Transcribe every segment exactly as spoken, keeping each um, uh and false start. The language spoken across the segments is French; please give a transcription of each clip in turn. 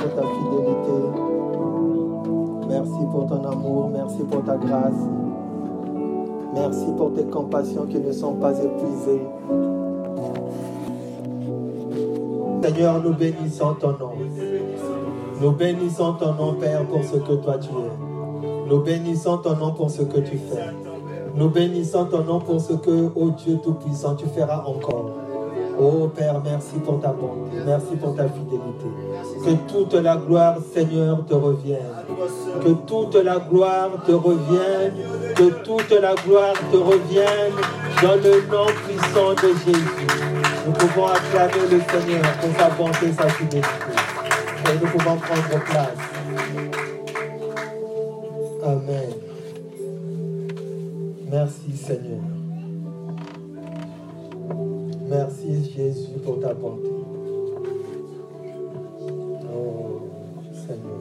pour ta fidélité. Merci pour ton amour. Merci pour ta grâce. Merci pour tes compassions qui ne sont pas épuisées. Seigneur, nous bénissons ton nom. Nous bénissons ton nom, Père, pour ce que toi tu es. Nous bénissons ton nom pour ce que tu fais. Nous bénissons ton nom pour ce que, ô Dieu Tout-Puissant, tu feras encore. Oh Père, merci pour ta bonté, merci pour ta fidélité. Que toute la gloire, Seigneur, te revienne. Que toute la gloire te revienne. Que toute la gloire te revienne dans le nom puissant de Jésus. Nous pouvons acclamer le Seigneur pour sa bonté et sa fidélité. Et nous pouvons prendre place. Amen. Merci Seigneur. Merci Jésus pour ta bonté. Oh Seigneur.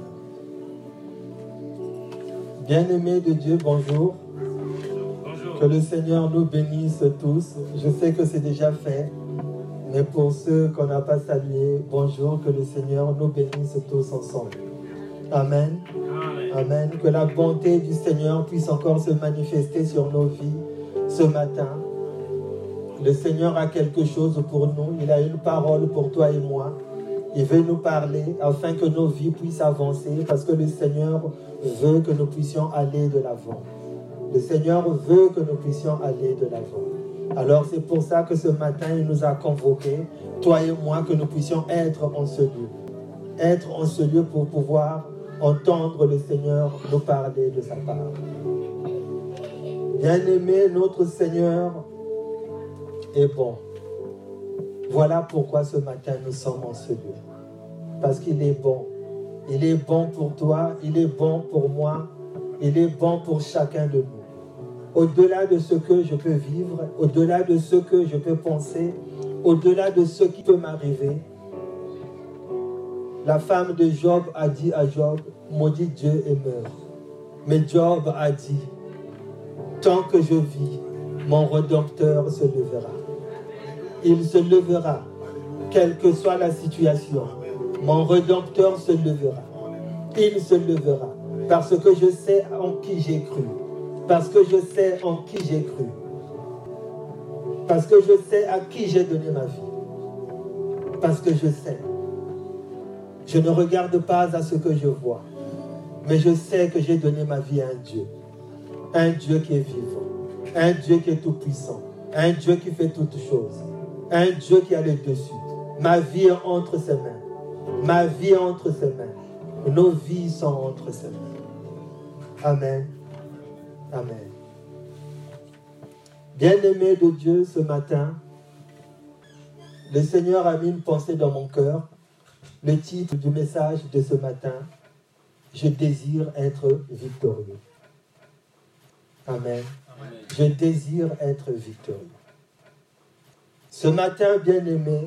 Bien-aimés de Dieu, bonjour. Bonjour. Que le Seigneur nous bénisse tous. Je sais que c'est déjà fait, mais pour ceux qu'on n'a pas salués, bonjour, que le Seigneur nous bénisse tous ensemble. Amen. Amen. Amen. Que la bonté du Seigneur puisse encore se manifester sur nos vies ce matin. Le Seigneur a quelque chose pour nous. Il a une parole pour toi et moi. Il veut nous parler afin que nos vies puissent avancer parce que le Seigneur veut que nous puissions aller de l'avant. Le Seigneur veut que nous puissions aller de l'avant. Alors c'est pour ça que ce matin, il nous a convoqués, toi et moi, que nous puissions être en ce lieu. Être en ce lieu pour pouvoir entendre le Seigneur nous parler de sa part. Bien-aimé, notre Seigneur est bon. Voilà pourquoi ce matin nous sommes en ce lieu. Parce qu'il est bon. Il est bon pour toi, il est bon pour moi, il est bon pour chacun de nous. Au-delà de ce que je peux vivre, au-delà de ce que je peux penser, au-delà de ce qui peut m'arriver, la femme de Job a dit à Job, maudit Dieu et meurt. Mais Job a dit, tant que je vis, mon Rédempteur se lèvera. Il se lèvera, quelle que soit la situation. Mon Rédempteur se lèvera. Il se lèvera, parce que je sais en qui j'ai cru. Parce que je sais en qui j'ai cru. Parce que je sais à qui j'ai donné ma vie. Parce que je sais. Je ne regarde pas à ce que je vois, mais je sais que j'ai donné ma vie à un Dieu. Un Dieu qui est vivant. Un Dieu qui est tout puissant. Un Dieu qui fait toutes choses. Un Dieu qui a le dessus. Ma vie est entre ses mains. Ma vie est entre ses mains. Nos vies sont entre ses mains. Amen. Amen. Bien-aimé de Dieu, ce matin, le Seigneur a mis une pensée dans mon cœur. Le titre du message de ce matin, je désire être victorieux. Amen. Amen. Je désire être victorieux. Ce matin, bien-aimé,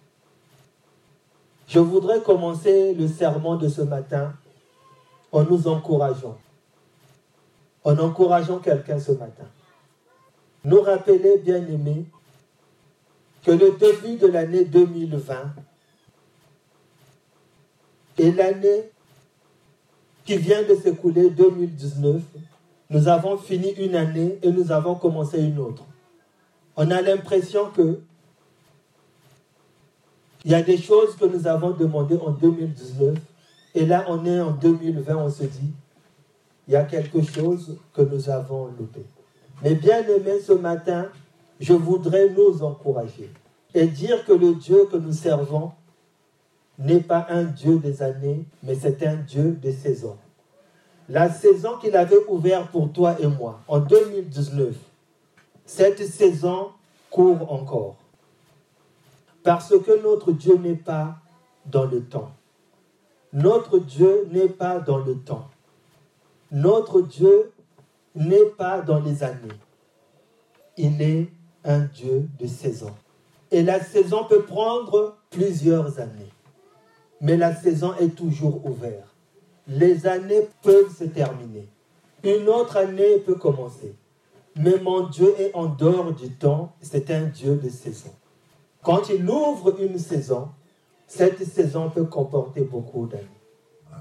je voudrais commencer le sermon de ce matin en nous encourageant. En encourageant quelqu'un ce matin. Nous rappeler, bien-aimé, que le début de l'année deux mille vingt et l'année qui vient de s'écouler, deux mille dix-neuf, nous avons fini une année et nous avons commencé une autre. On a l'impression que il y a des choses que nous avons demandées en deux mille dix-neuf et là on est en deux mille vingt, on se dit il y a quelque chose que nous avons loupé. Mais bien aimé, ce matin, je voudrais nous encourager et dire que le Dieu que nous servons n'est pas un Dieu des années, mais c'est un Dieu des saisons. La saison qu'il avait ouverte pour toi et moi en deux mille dix-neuf, cette saison court encore. Parce que notre Dieu n'est pas dans le temps. Notre Dieu n'est pas dans le temps. Notre Dieu n'est pas dans les années. Il est un Dieu de saison. Et la saison peut prendre plusieurs années. Mais la saison est toujours ouverte. Les années peuvent se terminer. Une autre année peut commencer. Mais mon Dieu est en dehors du temps. C'est un Dieu de saison. Quand il ouvre une saison, cette saison peut comporter beaucoup d'années.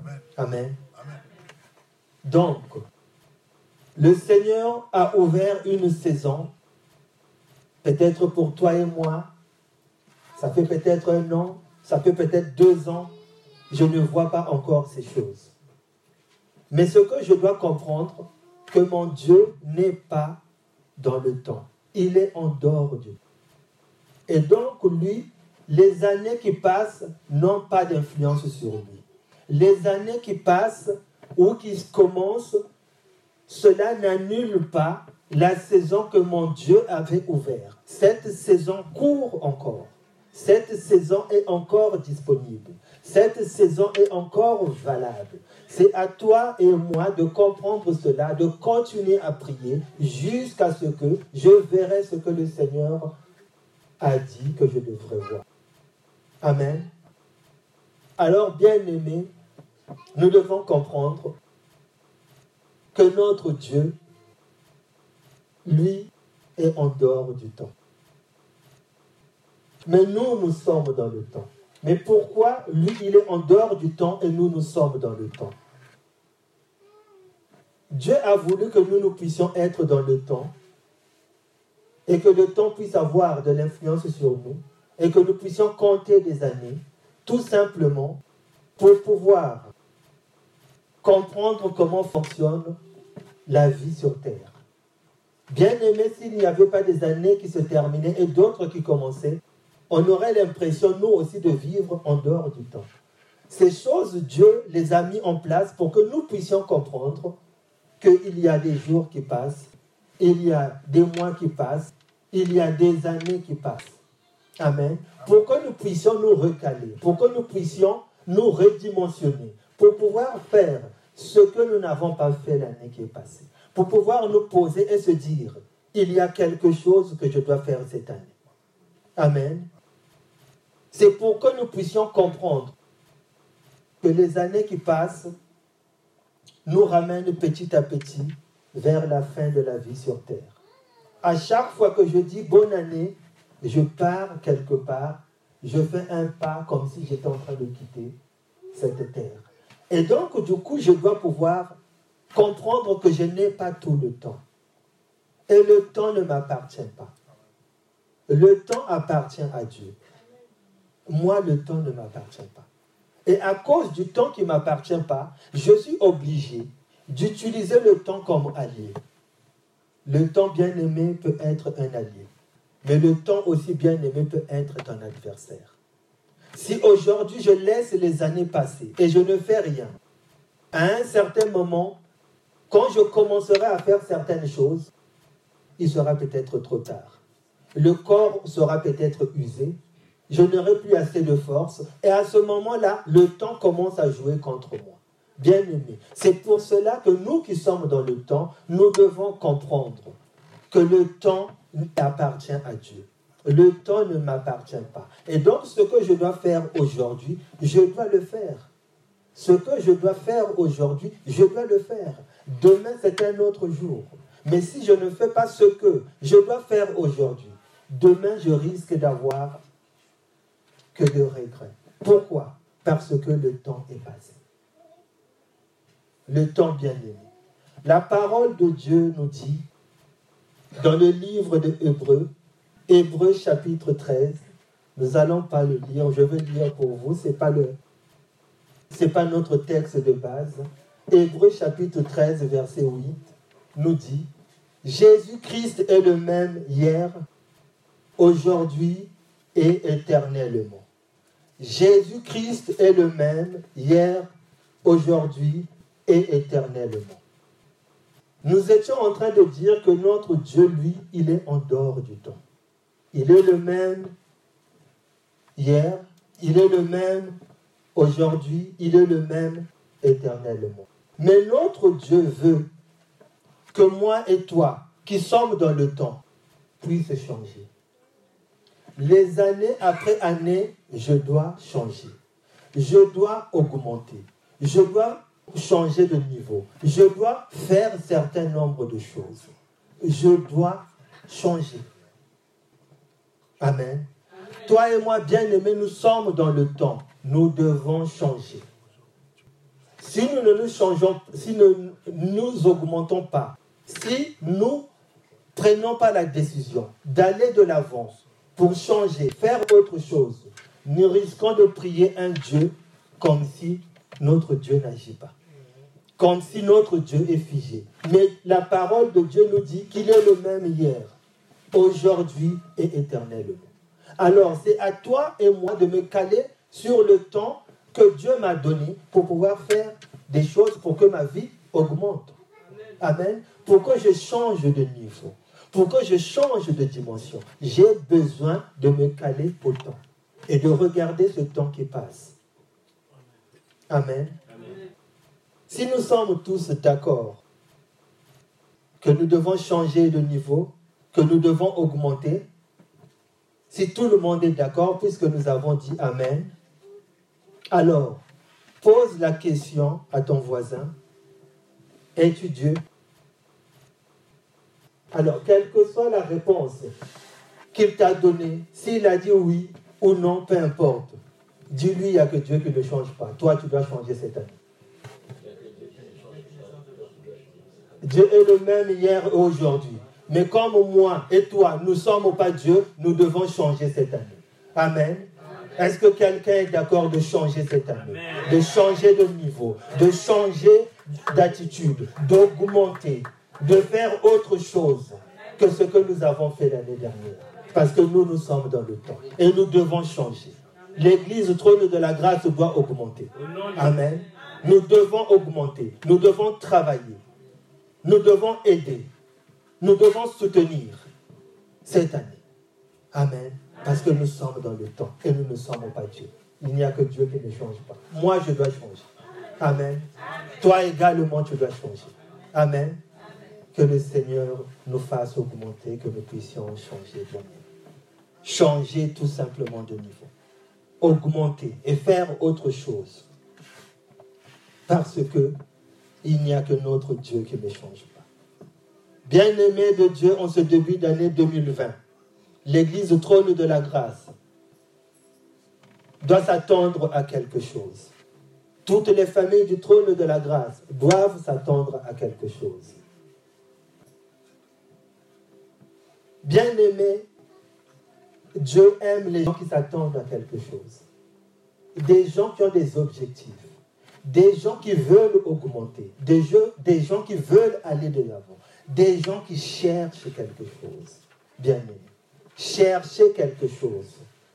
Amen. Amen. Amen. Donc, le Seigneur a ouvert une saison, peut-être pour toi et moi, ça fait peut-être un an, ça fait peut-être deux ans, je ne vois pas encore ces choses. Mais ce que je dois comprendre, que mon Dieu n'est pas dans le temps. Il est en dehors du temps. Et donc, lui, les années qui passent n'ont pas d'influence sur lui. Les années qui passent ou qui commencent, cela n'annule pas la saison que mon Dieu avait ouverte. Cette saison court encore. Cette saison est encore disponible. Cette saison est encore valable. C'est à toi et moi de comprendre cela, de continuer à prier jusqu'à ce que je verrai ce que le Seigneur a dit que je devrais voir. Amen. Alors, bien-aimés, nous devons comprendre que notre Dieu, lui, est en dehors du temps. Mais nous, nous sommes dans le temps. Mais pourquoi lui, il est en dehors du temps et nous, nous sommes dans le temps? Dieu a voulu que nous, nous puissions être dans le temps et que le temps puisse avoir de l'influence sur nous et que nous puissions compter des années, tout simplement pour pouvoir comprendre comment fonctionne la vie sur Terre. Bien aimé, s'il n'y avait pas des années qui se terminaient et d'autres qui commençaient, on aurait l'impression, nous aussi, de vivre en dehors du temps. Ces choses, Dieu les a mis en place pour que nous puissions comprendre qu'il y a des jours qui passent, il y a des mois qui passent, il y a des années qui passent. Amen. Pour que nous puissions nous recaler, pour que nous puissions nous redimensionner, pour pouvoir faire ce que nous n'avons pas fait l'année qui est passée, pour pouvoir nous poser et se dire, il y a quelque chose que je dois faire cette année. Amen. C'est pour que nous puissions comprendre que les années qui passent nous ramènent petit à petit vers la fin de la vie sur Terre. À chaque fois que je dis bonne année, je pars quelque part, je fais un pas comme si j'étais en train de quitter cette terre. Et donc, du coup, je dois pouvoir comprendre que je n'ai pas tout le temps. Et le temps ne m'appartient pas. Le temps appartient à Dieu. Moi, le temps ne m'appartient pas. Et à cause du temps qui ne m'appartient pas, je suis obligé d'utiliser le temps comme allié. Le temps bien-aimé peut être un allié. Mais le temps aussi bien-aimé peut être un adversaire. Si aujourd'hui je laisse les années passer et je ne fais rien, à un certain moment, quand je commencerai à faire certaines choses, il sera peut-être trop tard. Le corps sera peut-être usé, je n'aurai plus assez de force, et à ce moment-là, le temps commence à jouer contre moi. Bien-aimé, c'est pour cela que nous qui sommes dans le temps, nous devons comprendre que le temps appartient à Dieu. Le temps ne m'appartient pas. Et donc, ce que je dois faire aujourd'hui, je dois le faire. Ce que je dois faire aujourd'hui, je dois le faire. Demain, c'est un autre jour. Mais si je ne fais pas ce que je dois faire aujourd'hui, demain, je risque d'avoir que de regrets. Pourquoi? Parce que le temps est passé. Le temps bien-aimé. La parole de Dieu nous dit, dans le livre de Hébreux, Hébreux chapitre treize, nous n'allons pas le lire, je vais le lire pour vous, ce n'est pas, le, c'est pas notre texte de base. Hébreux chapitre treize, verset huit, nous dit, Jésus-Christ est le même hier, aujourd'hui et éternellement. Jésus-Christ est le même hier, aujourd'hui et éternellement. Nous étions en train de dire que notre Dieu, lui, il est en dehors du temps. Il est le même hier, il est le même aujourd'hui, il est le même éternellement. Mais notre Dieu veut que moi et toi, qui sommes dans le temps, puissent changer. Les années après années, je dois changer. Je dois augmenter. Je dois changer de niveau. Je dois faire un certain nombre de choses. Je dois changer. Amen. Amen. Toi et moi, bien-aimés, nous sommes dans le temps. Nous devons changer. Si nous ne nous changeons, si nous nous augmentons pas, si nous prenons pas la décision d'aller de l'avant pour changer, faire autre chose, nous risquons de prier un Dieu comme si notre Dieu n'agit pas. Comme si notre Dieu est figé. Mais la parole de Dieu nous dit qu'il est le même hier, aujourd'hui et éternellement. Alors, c'est à toi et moi de me caler sur le temps que Dieu m'a donné pour pouvoir faire des choses pour que ma vie augmente. Amen. Pour que je change de niveau, pour que je change de dimension, j'ai besoin de me caler au temps et de regarder ce temps qui passe. Amen. Amen. Si nous sommes tous d'accord que nous devons changer de niveau, que nous devons augmenter, si tout le monde est d'accord, puisque nous avons dit Amen, alors pose la question à ton voisin, es-tu Dieu? Alors, quelle que soit la réponse qu'il t'a donnée, s'il a dit oui ou non, peu importe, dis-lui, il n'y a que Dieu qui ne change pas. Toi, tu dois changer cette année. Dieu est le même hier et aujourd'hui. Mais comme moi et toi, nous ne sommes pas Dieu, nous devons changer cette année. Amen. Est-ce que quelqu'un est d'accord de changer cette année? Amen. De changer de niveau, de changer d'attitude, d'augmenter, de faire autre chose que ce que nous avons fait l'année dernière. Parce que nous, nous sommes dans le temps. Et nous devons changer. L'église trône de la grâce doit augmenter. Amen. Nous devons augmenter. Nous devons travailler. Nous devons aider. Nous devons soutenir cette année. Amen. Parce que nous sommes dans le temps et nous ne sommes pas Dieu. Il n'y a que Dieu qui ne change pas. Moi, je dois changer. Amen. Toi également, tu dois changer. Amen. Que le Seigneur nous fasse augmenter, que nous puissions changer de niveau. Changer tout simplement de niveau. Augmenter et faire autre chose. Parce que il n'y a que notre Dieu qui ne change pas. Bien-aimés de Dieu, en ce début d'année deux mille vingt, l'Église trône de la grâce doit s'attendre à quelque chose. Toutes les familles du trône de la grâce doivent s'attendre à quelque chose. Bien-aimés, Dieu aime les gens qui s'attendent à quelque chose. Des gens qui ont des objectifs. Des gens qui veulent augmenter. Des gens, des gens qui veulent aller de l'avant. Des gens qui cherchent quelque chose. Bien-aimés. Cherchez quelque chose.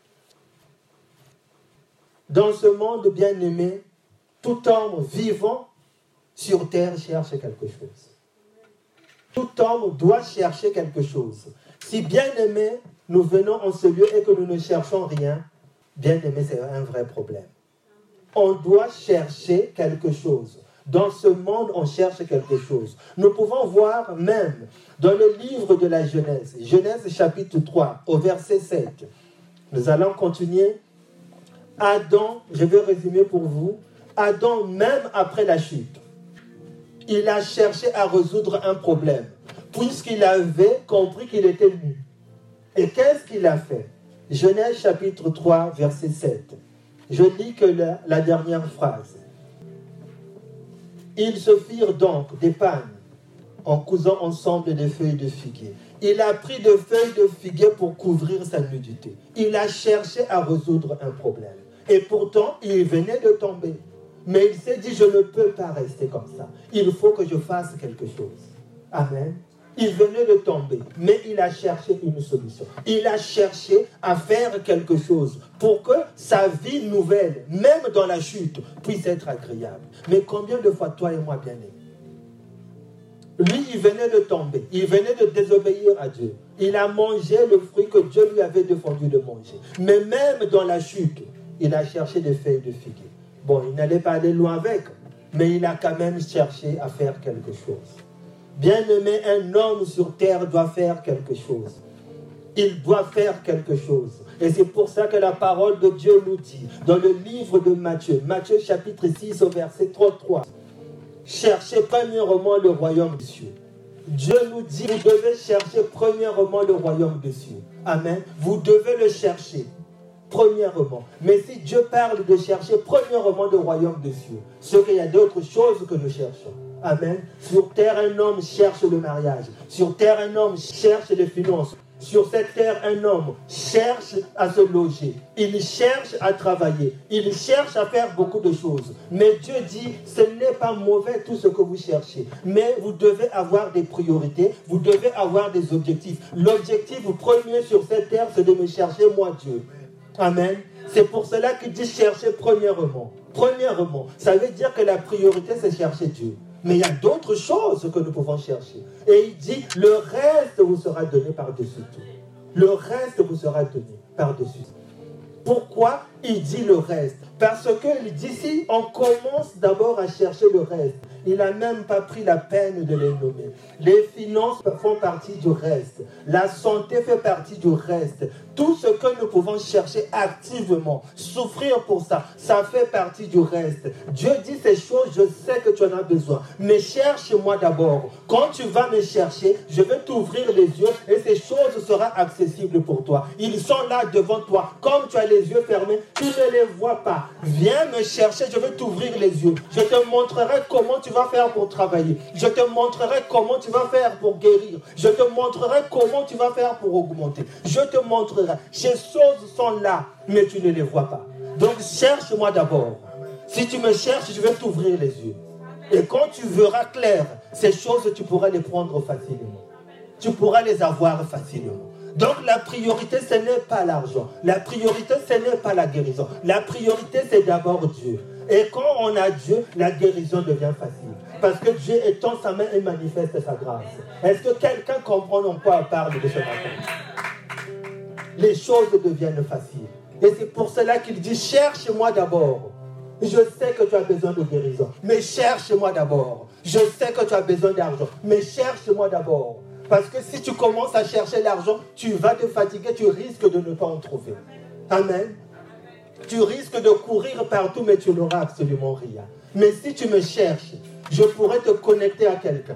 Dans ce monde bien-aimé, tout homme vivant sur terre cherche quelque chose. Tout homme doit chercher quelque chose. Si bien-aimé, nous venons en ce lieu et que nous ne cherchons rien, bien-aimé, c'est un vrai problème. On doit chercher quelque chose. Dans ce monde, on cherche quelque chose. Nous pouvons voir même dans le livre de la Genèse, Genèse chapitre trois, au verset sept. Nous allons continuer. Adam, je vais résumer pour vous, Adam, même après la chute, il a cherché à résoudre un problème, puisqu'il avait compris qu'il était nu. Et qu'est-ce qu'il a fait? Genèse chapitre trois, verset sept. Je lis que la, la dernière phrase. Ils se firent donc des pagnes en cousant ensemble des feuilles de figuier. Il a pris de feuilles de figuier pour couvrir sa nudité. Il a cherché à résoudre un problème. Et pourtant, il venait de tomber. Mais il s'est dit, je ne peux pas rester comme ça. Il faut que je fasse quelque chose. Amen. Il venait de tomber, mais il a cherché une solution. Il a cherché à faire quelque chose pour que sa vie nouvelle, même dans la chute, puisse être agréable. Mais combien de fois, toi et moi, bien-aimés, lui, il venait de tomber, il venait de désobéir à Dieu. Il a mangé le fruit que Dieu lui avait défendu de manger. Mais même dans la chute, il a cherché des feuilles de figuier. Bon, il n'allait pas aller loin avec, mais il a quand même cherché à faire quelque chose. Bien-aimé, un homme sur terre doit faire quelque chose. Il doit faire quelque chose. Et c'est pour ça que la parole de Dieu nous dit, dans le livre de Matthieu, Matthieu chapitre six au verset trente-trois, cherchez premièrement le royaume des cieux. Dieu nous dit, vous devez chercher premièrement le royaume des cieux. Amen. Vous devez le chercher. premièrement. Mais si Dieu parle de chercher premièrement le royaume des cieux, c'est qu'il y a d'autres choses que nous cherchons. Amen. Sur terre, un homme cherche le mariage. Sur terre, un homme cherche les finances. Sur cette terre, un homme cherche à se loger. Il cherche à travailler. Il cherche à faire beaucoup de choses. Mais Dieu dit, ce n'est pas mauvais tout ce que vous cherchez. Mais vous devez avoir des priorités. Vous devez avoir des objectifs. L'objectif premier sur cette terre, c'est de me chercher, moi, Dieu. Amen. C'est pour cela qu'il dit chercher premièrement. Premièrement, ça veut dire que la priorité, c'est chercher Dieu. Mais il y a d'autres choses que nous pouvons chercher. Et il dit, le reste vous sera donné par-dessus tout. Le reste vous sera donné par-dessus tout. Pourquoi il dit le reste? Parce qu'il dit, si on commence d'abord à chercher le reste, il n'a même pas pris la peine de les nommer. Les finances font partie du reste. La santé fait partie du reste. Tout ce que nous pouvons chercher activement, souffrir pour ça, ça fait partie du reste. Dieu dit ces choses, je sais que tu en as besoin. Mais cherche-moi d'abord. Quand tu vas me chercher, je vais t'ouvrir les yeux et ces choses seront accessibles pour toi. Ils sont là devant toi. Comme tu as les yeux fermés, tu ne les vois pas. Viens me chercher, je vais t'ouvrir les yeux. Je te montrerai comment tu vas faire pour travailler. Je te montrerai comment tu vas faire pour guérir. Je te montrerai comment tu vas faire pour augmenter. Je te montrerai. Ces choses sont là, mais tu ne les vois pas. Donc cherche-moi d'abord. Si tu me cherches, je vais t'ouvrir les yeux. Et quand tu verras clair, ces choses, tu pourras les prendre facilement. Tu pourras les avoir facilement. Donc la priorité, ce n'est pas l'argent. La priorité, ce n'est pas la guérison. La priorité, c'est d'abord Dieu. Et quand on a Dieu, la guérison devient facile. Parce que Dieu étend sa main et manifeste sa grâce. Est-ce que quelqu'un comprend en quoi on parle de ce matin? Les choses deviennent faciles. Et c'est pour cela qu'il dit, cherche-moi d'abord. Je sais que tu as besoin de guérison, mais cherche-moi d'abord. Je sais que tu as besoin d'argent, mais cherche-moi d'abord. Parce que si tu commences à chercher l'argent, tu vas te fatiguer, tu risques de ne pas en trouver. Amen. Tu risques de courir partout, mais tu n'auras absolument rien. Mais si tu me cherches, je pourrais te connecter à quelqu'un.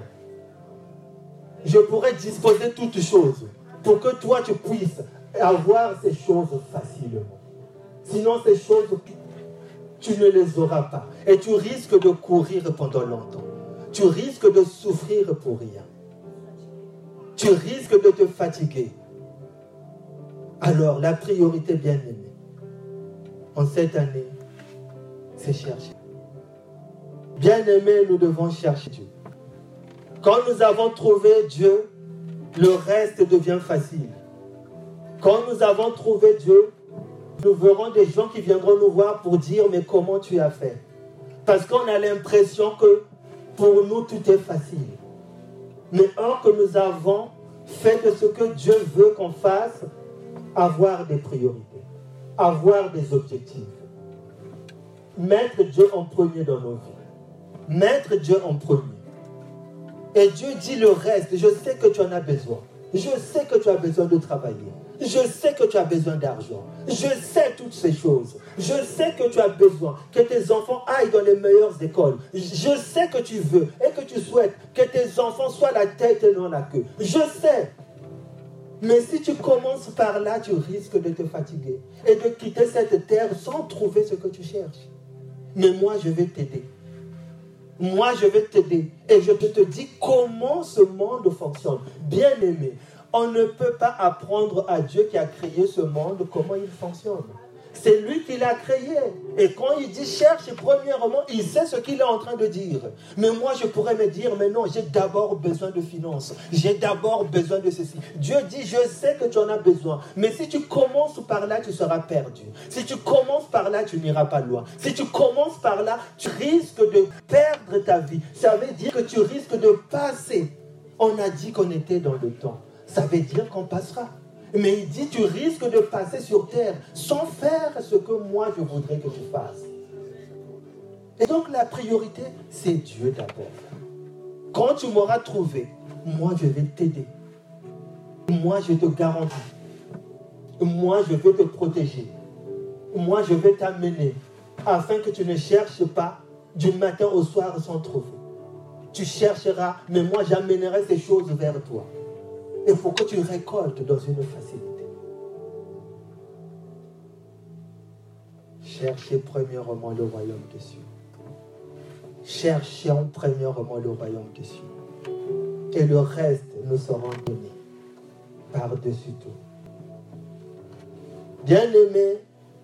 Je pourrais disposer toutes choses pour que toi tu puisses avoir ces choses facilement. Sinon, ces choses, tu ne les auras pas. Et tu risques de courir pendant longtemps. Tu risques de souffrir pour rien. Tu risques de te fatiguer. Alors, la priorité, bien-aimée, en cette année, c'est chercher. Bien-aimés, nous devons chercher Dieu. Quand nous avons trouvé Dieu, le reste devient facile. Quand nous avons trouvé Dieu, nous verrons des gens qui viendront nous voir pour dire, mais comment tu as fait? Parce qu'on a l'impression que pour nous, tout est facile. Mais or que nous avons fait de ce que Dieu veut qu'on fasse, avoir des priorités, avoir des objectifs. Mettre Dieu en premier dans nos vies. Mettre Dieu en premier. Et Dieu dit le reste, je sais que tu en as besoin. Je sais que tu as besoin de travailler. Je sais que tu as besoin d'argent. Je sais toutes ces choses. Je sais que tu as besoin que tes enfants aillent dans les meilleures écoles. Je sais que tu veux et que tu souhaites que tes enfants soient la tête et non la queue. Je sais. Mais si tu commences par là, tu risques de te fatiguer et de quitter cette terre sans trouver ce que tu cherches. Mais moi, je vais t'aider. Moi, je vais t'aider. Et je te dis comment ce monde fonctionne. Bien-aimé, on ne peut pas apprendre à Dieu qui a créé ce monde comment il fonctionne. C'est lui qui l'a créé. Et quand il dit cherche, premièrement, il sait ce qu'il est en train de dire. Mais moi, je pourrais me dire, mais non, j'ai d'abord besoin de finances. J'ai d'abord besoin de ceci. Dieu dit, je sais que tu en as besoin. Mais si tu commences par là, tu seras perdu. Si tu commences par là, tu n'iras pas loin. Si tu commences par là, tu risques de perdre ta vie. Ça veut dire que tu risques de passer. On a dit qu'on était dans le temps. Ça veut dire qu'on passera. Mais il dit, tu risques de passer sur terre sans faire ce que moi je voudrais que tu fasses. Et donc la priorité, c'est Dieu d'abord. Quand tu m'auras trouvé, moi je vais t'aider. Moi je te garantis. Moi je vais te protéger. Moi je vais t'amener afin que tu ne cherches pas du matin au soir sans trouver. Tu chercheras, mais moi j'amènerai ces choses vers toi. Il faut que tu récoltes dans une facilité. cherchez premièrement le royaume des cieux. Cherchons premièrement le royaume des cieux. Et le reste nous sera donné par-dessus tout. Bien-aimé,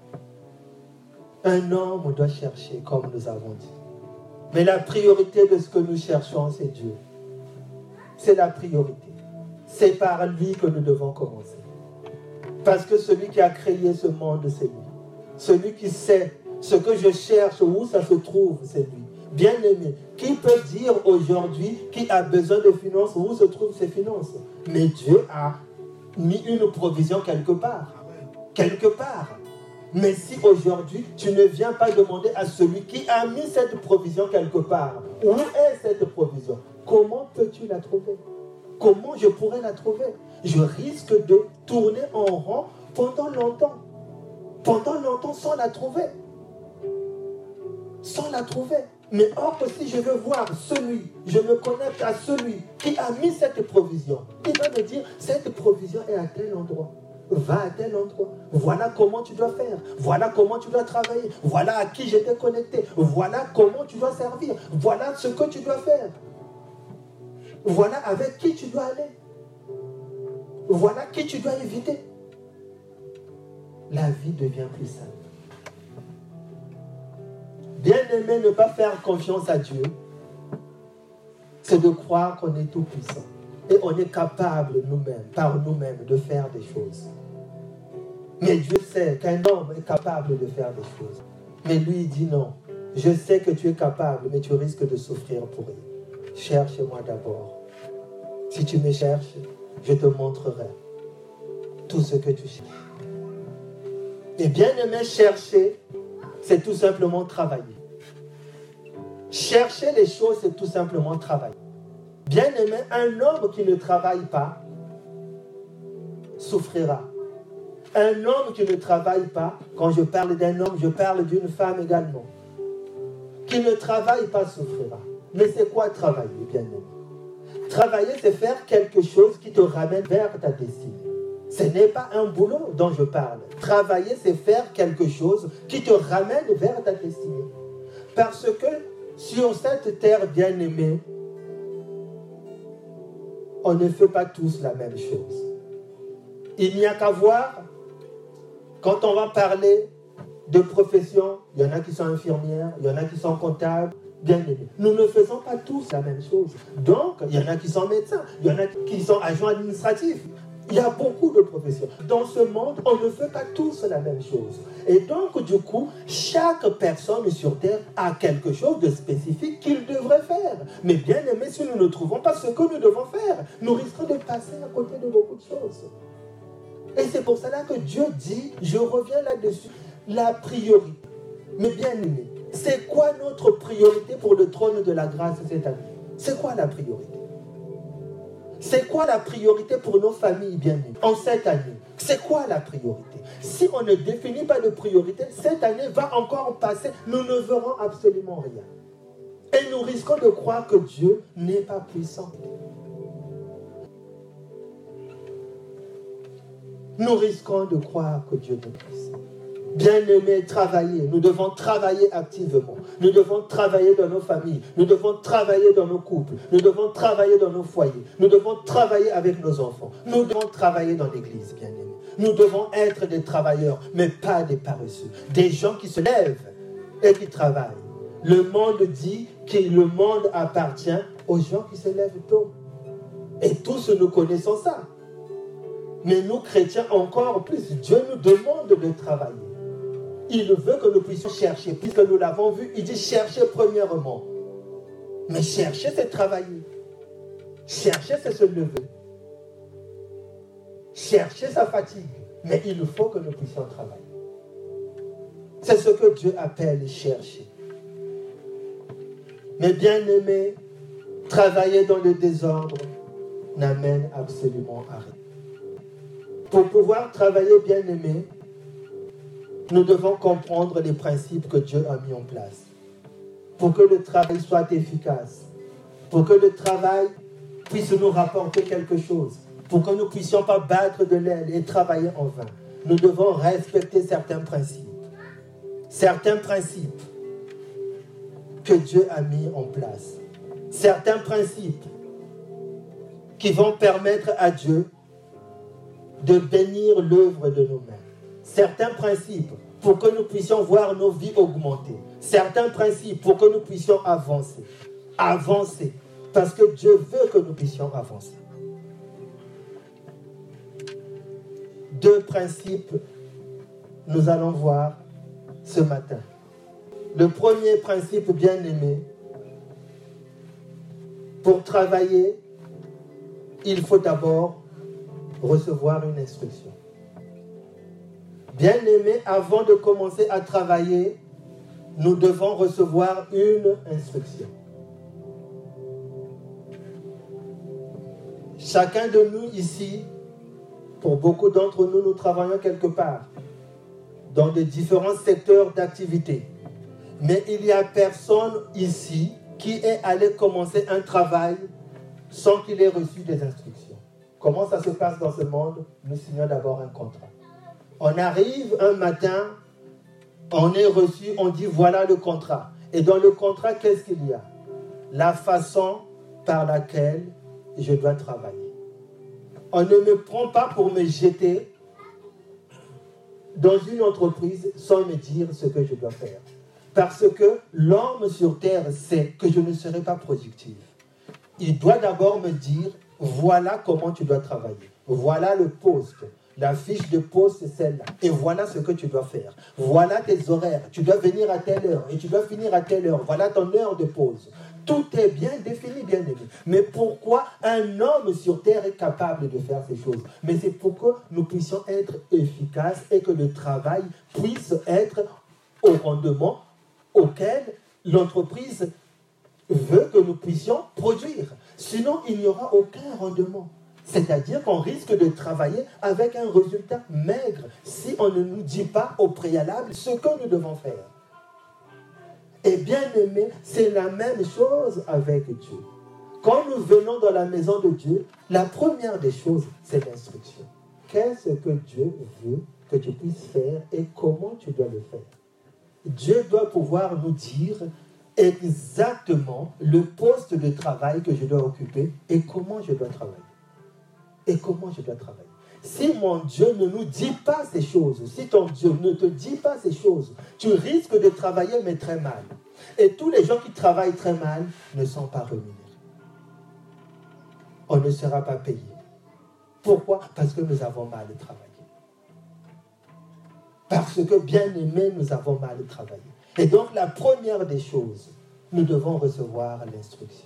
un homme doit chercher, comme nous avons dit. Mais la priorité de ce que nous cherchons, c'est Dieu. C'est la priorité. C'est par lui que nous devons commencer. Parce que celui qui a créé ce monde, c'est lui. Celui qui sait ce que je cherche, où ça se trouve, c'est lui. Bien-aimé, qui peut dire aujourd'hui qui a besoin de finances, où se trouvent ces finances? Mais Dieu a mis une provision quelque part. Quelque part. Mais si aujourd'hui, tu ne viens pas demander à celui qui a mis cette provision quelque part, où est cette provision? Comment peux-tu la trouver? Comment je pourrais la trouver? Je risque de tourner en rond pendant longtemps. Pendant longtemps sans la trouver. Sans la trouver. Mais or, si je veux voir celui, je me connecte à celui qui a mis cette provision, il va me dire, cette provision est à tel endroit. Va à tel endroit. Voilà comment tu dois faire. Voilà comment tu dois travailler. Voilà à qui je t'ai connecté. Voilà comment tu dois servir. Voilà ce que tu dois faire. Voilà avec qui tu dois aller. Voilà qui tu dois éviter. La vie devient plus simple. Bien-aimé, ne pas faire confiance à Dieu, c'est de croire qu'on est tout puissant. Et on est capable nous-mêmes, par nous-mêmes, de faire des choses. Mais Dieu sait qu'un homme est capable de faire des choses. Mais lui, il dit non. Je sais que tu es capable, mais tu risques de souffrir pour rien. Cherche-moi d'abord. Si tu me cherches, je te montrerai tout ce que tu cherches. Et bien aimé, chercher, c'est tout simplement travailler. Chercher les choses, c'est tout simplement travailler. Bien aimé, un homme qui ne travaille pas souffrira. Un homme qui ne travaille pas, quand je parle d'un homme, je parle d'une femme également, qui ne travaille pas souffrira. Mais c'est quoi travailler, bien aimé? Travailler, c'est faire quelque chose qui te ramène vers ta destinée. Ce n'est pas un boulot dont je parle. Travailler, c'est faire quelque chose qui te ramène vers ta destinée. Parce que sur cette terre bien-aimée, on ne fait pas tous la même chose. Il n'y a qu'à voir, quand on va parler de profession, il y en a qui sont infirmières, il y en a qui sont comptables, bien-aimés. Nous ne faisons pas tous la même chose. Donc, il y en a qui sont médecins, il y en a qui sont agents administratifs. Il y a beaucoup de professions. Dans ce monde, on ne fait pas tous la même chose. Et donc, du coup, chaque personne sur Terre a quelque chose de spécifique qu'il devrait faire. Mais bien aimé, si nous ne trouvons pas ce que nous devons faire, nous risquons de passer à côté de beaucoup de choses. Et c'est pour cela que Dieu dit, je reviens là-dessus, la priorité. Mais bien aimé, c'est quoi notre priorité pour le trône de la grâce cette année? C'est quoi la priorité? C'est quoi la priorité pour nos familles bien-aimées en cette année? C'est quoi la priorité? Si on ne définit pas de priorité, cette année va encore passer, nous ne verrons absolument rien. Et nous risquons de croire que Dieu n'est pas puissant. Nous risquons de croire que Dieu n'est pas puissant. Bien-aimés, travailler. Nous devons travailler activement. Nous devons travailler dans nos familles. Nous devons travailler dans nos couples. Nous devons travailler dans nos foyers. Nous devons travailler avec nos enfants. Nous devons travailler dans l'église, bien-aimés. Nous devons être des travailleurs, mais pas des paresseux. Des gens qui se lèvent et qui travaillent. Le monde dit que le monde appartient aux gens qui se lèvent tôt. Et tous nous connaissons ça. Mais nous, chrétiens, encore plus. Dieu nous demande de travailler. Il veut que nous puissions chercher. Puisque nous l'avons vu, il dit chercher premièrement. Mais chercher, c'est travailler. Chercher, c'est se lever. Chercher, ça fatigue. Mais il faut que nous puissions travailler. C'est ce que Dieu appelle chercher. Mais bien aimé, travailler dans le désordre n'amène absolument à rien. Pour pouvoir travailler bien aimé, nous devons comprendre les principes que Dieu a mis en place. Pour que le travail soit efficace. Pour que le travail puisse nous rapporter quelque chose. Pour que nous ne puissions pas battre de l'aile et travailler en vain. Nous devons respecter certains principes. certains principes que Dieu a mis en place. Certains principes qui vont permettre à Dieu de bénir l'œuvre de nos mains. Certains principes pour que nous puissions voir nos vies augmenter. Certains principes pour que nous puissions avancer. Avancer. Parce que Dieu veut que nous puissions avancer. Deux principes, nous allons voir ce matin. Le premier principe bien-aimé, pour travailler, il faut d'abord recevoir une instruction. Bien-aimé, avant de commencer à travailler, nous devons recevoir une instruction. Chacun de nous ici, pour beaucoup d'entre nous, nous travaillons quelque part, dans des différents secteurs d'activité. Mais il n'y a personne ici qui est allé commencer un travail sans qu'il ait reçu des instructions. Comment ça se passe dans ce monde? Nous signons d'abord un contrat. On arrive un matin, on est reçu, on dit voilà le contrat. Et dans le contrat, qu'est-ce qu'il y a? La façon par laquelle je dois travailler. On ne me prend pas pour me jeter dans une entreprise sans me dire ce que je dois faire. Parce que l'homme sur terre sait que je ne serai pas productif. Il doit d'abord me dire, voilà comment tu dois travailler. Voilà le poste. La fiche de poste, c'est celle-là. Et voilà ce que tu dois faire. Voilà tes horaires. Tu dois venir à telle heure et tu dois finir à telle heure. Voilà ton heure de pause. Tout est bien défini, bien aimé. Mais pourquoi un homme sur terre est capable de faire ces choses? Mais c'est pour que nous puissions être efficaces et que le travail puisse être au rendement auquel l'entreprise veut que nous puissions produire. Sinon, il n'y aura aucun rendement. C'est-à-dire qu'on risque de travailler avec un résultat maigre si on ne nous dit pas au préalable ce que nous devons faire. Et bien aimé, c'est la même chose avec Dieu. Quand nous venons dans la maison de Dieu, la première des choses, c'est l'instruction. Qu'est-ce que Dieu veut que tu puisses faire et comment tu dois le faire? Dieu doit pouvoir nous dire exactement le poste de travail que je dois occuper et comment je dois travailler. Et comment je dois travailler. Si mon Dieu ne nous dit pas ces choses, si ton Dieu ne te dit pas ces choses, tu risques de travailler mais très mal. Et tous les gens qui travaillent très mal ne sont pas rémunérés. On ne sera pas payé. Pourquoi? Parce que nous avons mal travaillé. Parce que, bien aimé, nous avons mal travaillé. Et donc, la première des choses, nous devons recevoir l'instruction.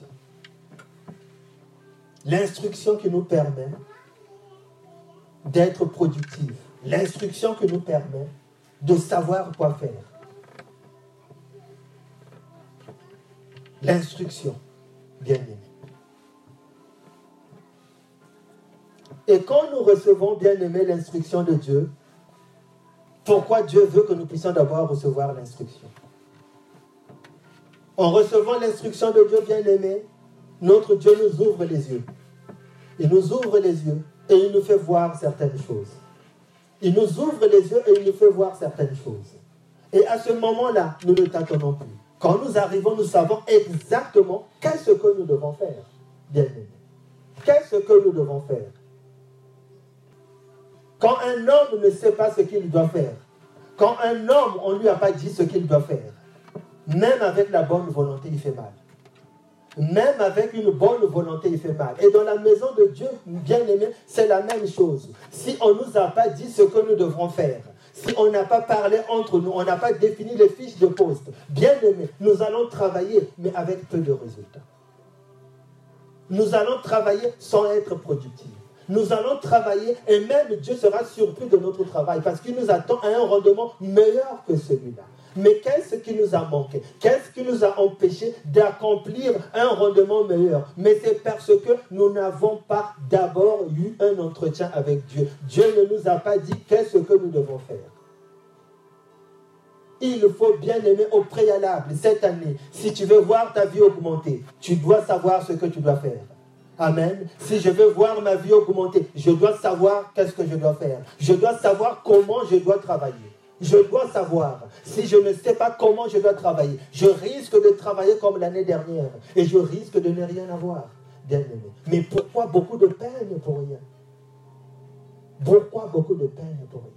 L'instruction qui nous permet d'être productifs. L'instruction qui nous permet de savoir quoi faire. L'instruction, bien aimé. Et quand nous recevons, bien aimé, l'instruction de Dieu, pourquoi Dieu veut que nous puissions d'abord recevoir l'instruction? En recevant l'instruction de Dieu, bien aimé, notre Dieu nous ouvre les yeux. Il nous ouvre les yeux et il nous fait voir certaines choses. Il nous ouvre les yeux et il nous fait voir certaines choses. Et à ce moment-là, nous ne tâtonnons plus. Quand nous arrivons, nous savons exactement qu'est-ce que nous devons faire, bien aimé. Qu'est-ce que nous devons faire? Quand un homme ne sait pas ce qu'il doit faire, quand un homme, on ne lui a pas dit ce qu'il doit faire, même avec la bonne volonté, il fait mal. Même avec une bonne volonté, il fait mal. Et dans la maison de Dieu, bien aimé, c'est la même chose. Si on ne nous a pas dit ce que nous devrons faire, si on n'a pas parlé entre nous, on n'a pas défini les fiches de poste, bien aimé, nous allons travailler, mais avec peu de résultats. Nous allons travailler sans être productifs. Nous allons travailler et même Dieu sera surpris de notre travail parce qu'il nous attend à un rendement meilleur que celui-là. Mais qu'est-ce qui nous a manqué? Qu'est-ce qui nous a empêché d'accomplir un rendement meilleur? Mais c'est parce que nous n'avons pas d'abord eu un entretien avec Dieu. Dieu ne nous a pas dit qu'est-ce que nous devons faire. Il faut bien aimer au préalable cette année. Si tu veux voir ta vie augmenter, tu dois savoir ce que tu dois faire. Amen. Si je veux voir ma vie augmenter, je dois savoir qu'est-ce que je dois faire. Je dois savoir comment je dois travailler. Je dois savoir. Si je ne sais pas comment je dois travailler, je risque de travailler comme l'année dernière et je risque de ne rien avoir, bien aimé. Mais pourquoi beaucoup de peine pour rien? Pourquoi beaucoup de peine pour rien?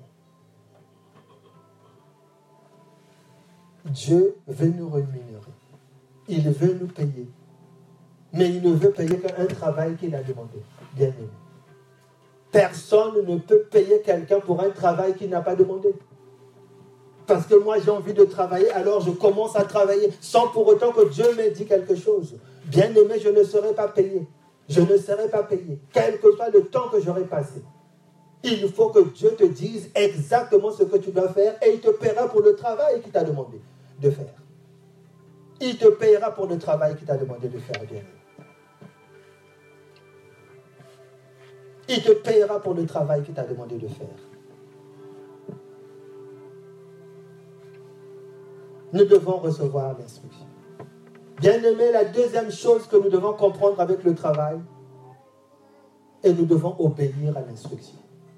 Dieu veut nous rémunérer. Il veut nous payer. Mais il ne veut payer qu'un travail qu'il a demandé, bien aimé. Personne ne peut payer quelqu'un pour un travail qu'il n'a pas demandé. Parce que moi j'ai envie de travailler, alors je commence à travailler sans pour autant que Dieu m'ait dit quelque chose. Bien aimé, je ne serai pas payé. Je ne serai pas payé, quel que soit le temps que j'aurai passé. Il faut que Dieu te dise exactement ce que tu dois faire et il te paiera pour le travail qu'il t'a demandé de faire. Il te paiera pour le travail qu'il t'a demandé de faire, bien aimé. Il te payera pour le travail qu'il t'a demandé de faire. Nous devons recevoir l'instruction. Bien aimé, la deuxième chose que nous devons comprendre avec le travail, et nous devons obéir à l'instruction.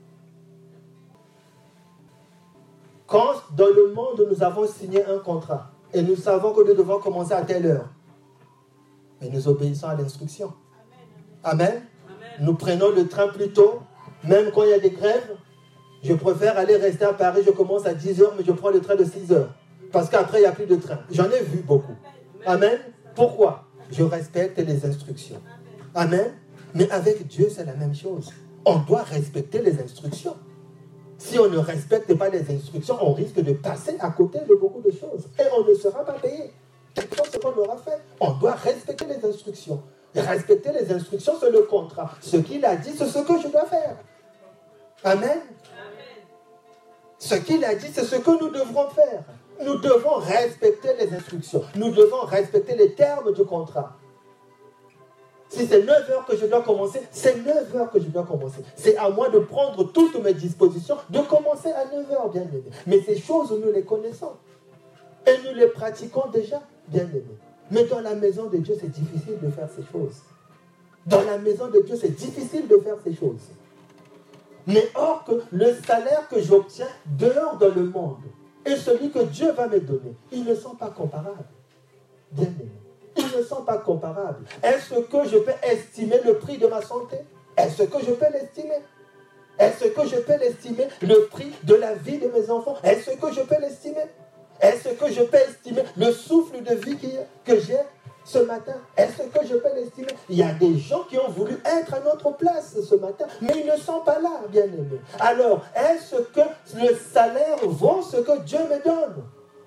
Quand dans le monde nous avons signé un contrat, et nous savons que nous devons commencer à telle heure, mais nous obéissons à l'instruction. Amen. Amen. Nous prenons le train plus tôt, même quand il y a des grèves. Je préfère aller rester à Paris, je commence à dix heures, mais je prends le train de six heures. Parce qu'après, il n'y a plus de train. J'en ai vu beaucoup. Amen. Pourquoi? Je respecte les instructions. Amen. Mais avec Dieu, c'est la même chose. On doit respecter les instructions. Si on ne respecte pas les instructions, on risque de passer à côté de beaucoup de choses. Et on ne sera pas payé. Quelle chose qu'on aura fait? On doit respecter les instructions. Et respecter les instructions, c'est le contrat. Ce qu'il a dit, c'est ce que je dois faire. Amen. Amen. Ce qu'il a dit, c'est ce que nous devrons faire. Nous devons respecter les instructions. Nous devons respecter les termes du contrat. Si c'est neuf heures que je dois commencer, c'est neuf heures que je dois commencer. C'est à moi de prendre toutes mes dispositions, de commencer à neuf heures, bien aimé. Mais ces choses, nous les connaissons. Et nous les pratiquons déjà, bien aimé. Mais dans la maison de Dieu, c'est difficile de faire ces choses. Dans la maison de Dieu, c'est difficile de faire ces choses. Mais or que le salaire que j'obtiens dehors dans le monde et celui que Dieu va me donner, ils ne sont pas comparables. Bien aimé. Ils ne sont pas comparables. Est-ce que je peux estimer le prix de ma santé? Est-ce que je peux l'estimer? Est-ce que je peux l'estimer le prix de la vie de mes enfants? Est-ce que je peux l'estimer? Est-ce que je peux estimer le souffle de vie que j'ai ce matin? Est-ce que je peux l'estimer? Il y a des gens qui ont voulu être à notre place ce matin, mais ils ne sont pas là, bien aimés. Alors, est-ce que le salaire vaut ce que Dieu me donne?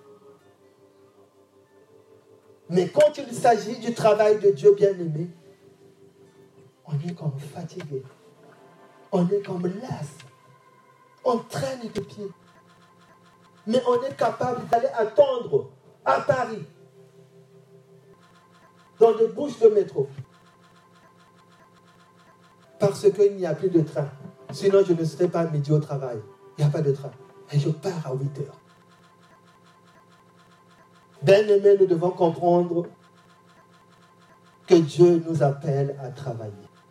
Mais quand il s'agit du travail de Dieu, bien aimé, on est comme fatigué, on est comme las, on traîne les pieds. Mais on est capable d'aller attendre à Paris, dans des bouches de métro, parce qu'il n'y a plus de train. Sinon, je ne serai pas à midi au travail. Il n'y a pas de train. Et je pars à huit heures. Bien-aimés, nous devons comprendre que Dieu nous appelle à travailler.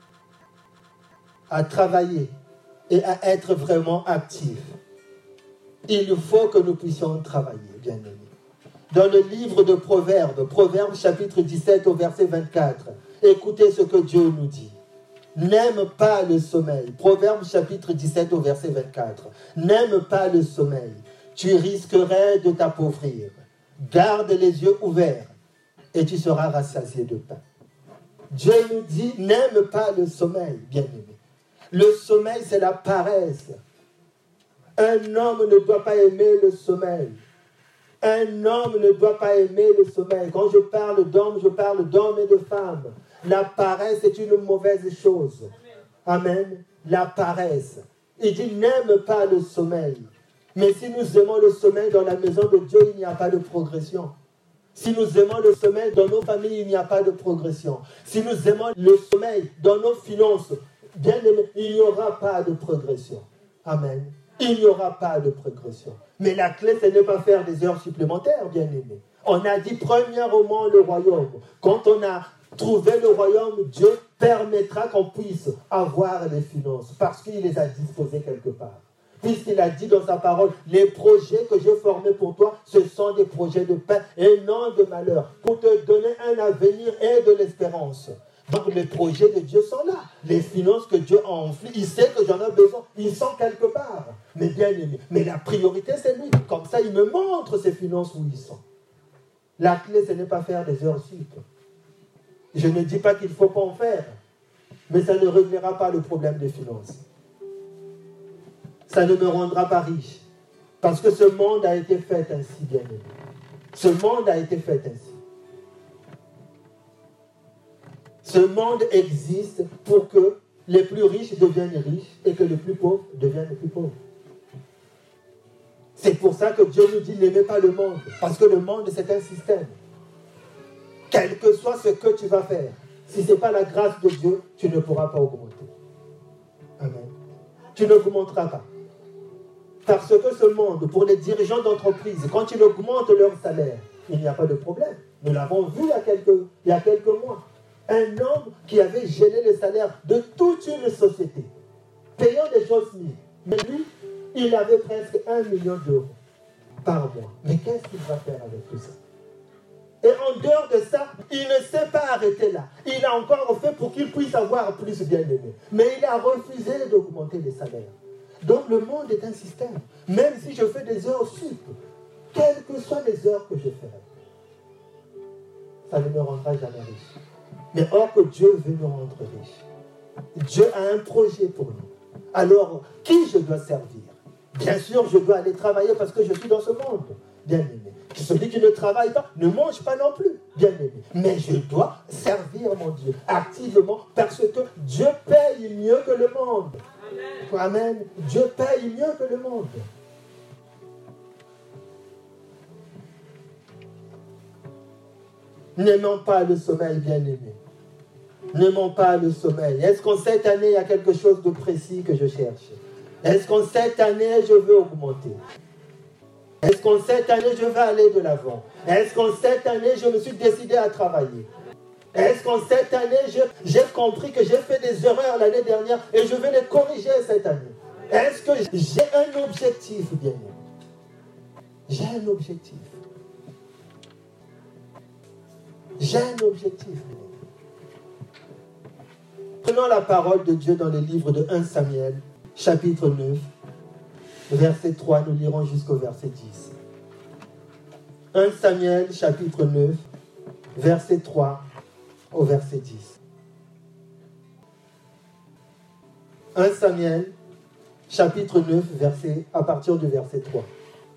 À travailler et à être vraiment actifs. Il faut que nous puissions travailler, bien-aimés. Dans le livre de Proverbes, Proverbes chapitre dix-sept au verset vingt-quatre, écoutez ce que Dieu nous dit. N'aime pas le sommeil. Proverbes chapitre dix-sept au verset vingt-quatre. N'aime pas le sommeil. Tu risquerais de t'appauvrir. Garde les yeux ouverts et tu seras rassasié de pain. Dieu nous dit, n'aime pas le sommeil, bien-aimé. Le sommeil, c'est la paresse. Un homme ne doit pas aimer le sommeil. Un homme ne doit pas aimer le sommeil. Quand je parle d'homme, je parle d'hommes et de femmes. La paresse est une mauvaise chose. Amen. La paresse. Il dit, n'aime pas le sommeil. Mais si nous aimons le sommeil dans la maison de Dieu, il n'y a pas de progression. Si nous aimons le sommeil dans nos familles, il n'y a pas de progression. Si nous aimons le sommeil dans nos finances, bien aimé, il n'y aura pas de progression. Amen. Il n'y aura pas de progression. Mais la clé, ce n'est pas faire des heures supplémentaires, bien aimé. On a dit premièrement le royaume. Quand on a trouvé le royaume, Dieu permettra qu'on puisse avoir les finances parce qu'il les a disposées quelque part. puisqu'il a dit dans sa parole, les projets que j'ai formés pour toi, ce sont des projets de paix et non de malheur, pour te donner un avenir et de l'espérance. Donc les projets de Dieu sont là. Les finances que Dieu a enflées, il sait que j'en ai besoin. Ils sont quelque part. Mais bien aimé. Mais la priorité, c'est lui. Comme ça, il me montre ses finances où ils sont. La clé, ce n'est pas faire des heures sup. Je ne dis pas qu'il ne faut pas en faire. Mais ça ne réglera pas le problème des finances. Ça ne me rendra pas riche. Parce que ce monde a été fait ainsi, bien aimé. Ce monde a été fait ainsi. Ce monde existe pour que les plus riches deviennent riches et que les plus pauvres deviennent les plus pauvres. C'est pour ça que Dieu nous dit n'aimez pas le monde. Parce que le monde, c'est un système. Quel que soit ce que tu vas faire, si ce n'est pas la grâce de Dieu, tu ne pourras pas augmenter. Amen. Tu n'augmenteras pas. Parce que ce monde, pour les dirigeants d'entreprise, quand ils augmentent leur salaire, il n'y a pas de problème. Nous l'avons vu il y a quelques, il y a quelques mois. Un homme qui avait gelé le salaire de toute une société, payant des choses mises. Mais lui, il avait presque un million d'euros par mois. Mais qu'est-ce qu'il va faire avec tout ça? Et en dehors de ça, il ne s'est pas arrêté là. Il a encore fait pour qu'il puisse avoir plus bien aimé. Mais il a refusé d'augmenter les salaires. Donc le monde est un système. Même si je fais des heures sup, quelles que soient les heures que je ferai, ça ne me rendra jamais riche. Mais or que Dieu veut nous rendre riches. Dieu a un projet pour nous. Alors, qui je dois servir? Bien sûr, je dois aller travailler parce que je suis dans ce monde. Bien aimé. Celui qui ne travaille pas ne mange pas non plus. Bien aimé. Mais je dois servir mon Dieu activement parce que Dieu paye mieux que le monde. Amen. Amen. Dieu paye mieux que le monde. N'aimons pas le sommeil, bien-aimé. N'aimons pas le sommeil. Est-ce qu'en cette année, il y a quelque chose de précis que je cherche? Est-ce qu'en cette année, je veux augmenter? Est-ce qu'en cette année, je vais aller de l'avant? Est-ce qu'en cette année, je me suis décidé à travailler? Est-ce qu'en cette année, j'ai compris que j'ai fait des erreurs l'année dernière et je vais les corriger cette année? Est-ce que j'ai un objectif, bien-aimé? J'ai un objectif. J'ai un objectif. Prenons la parole de Dieu dans le livre de premier Samuel, chapitre neuf, verset trois, nous lirons jusqu'au verset dix. premier Samuel, chapitre neuf, verset trois au verset dix. premier Samuel, chapitre neuf, verset, à partir du verset trois.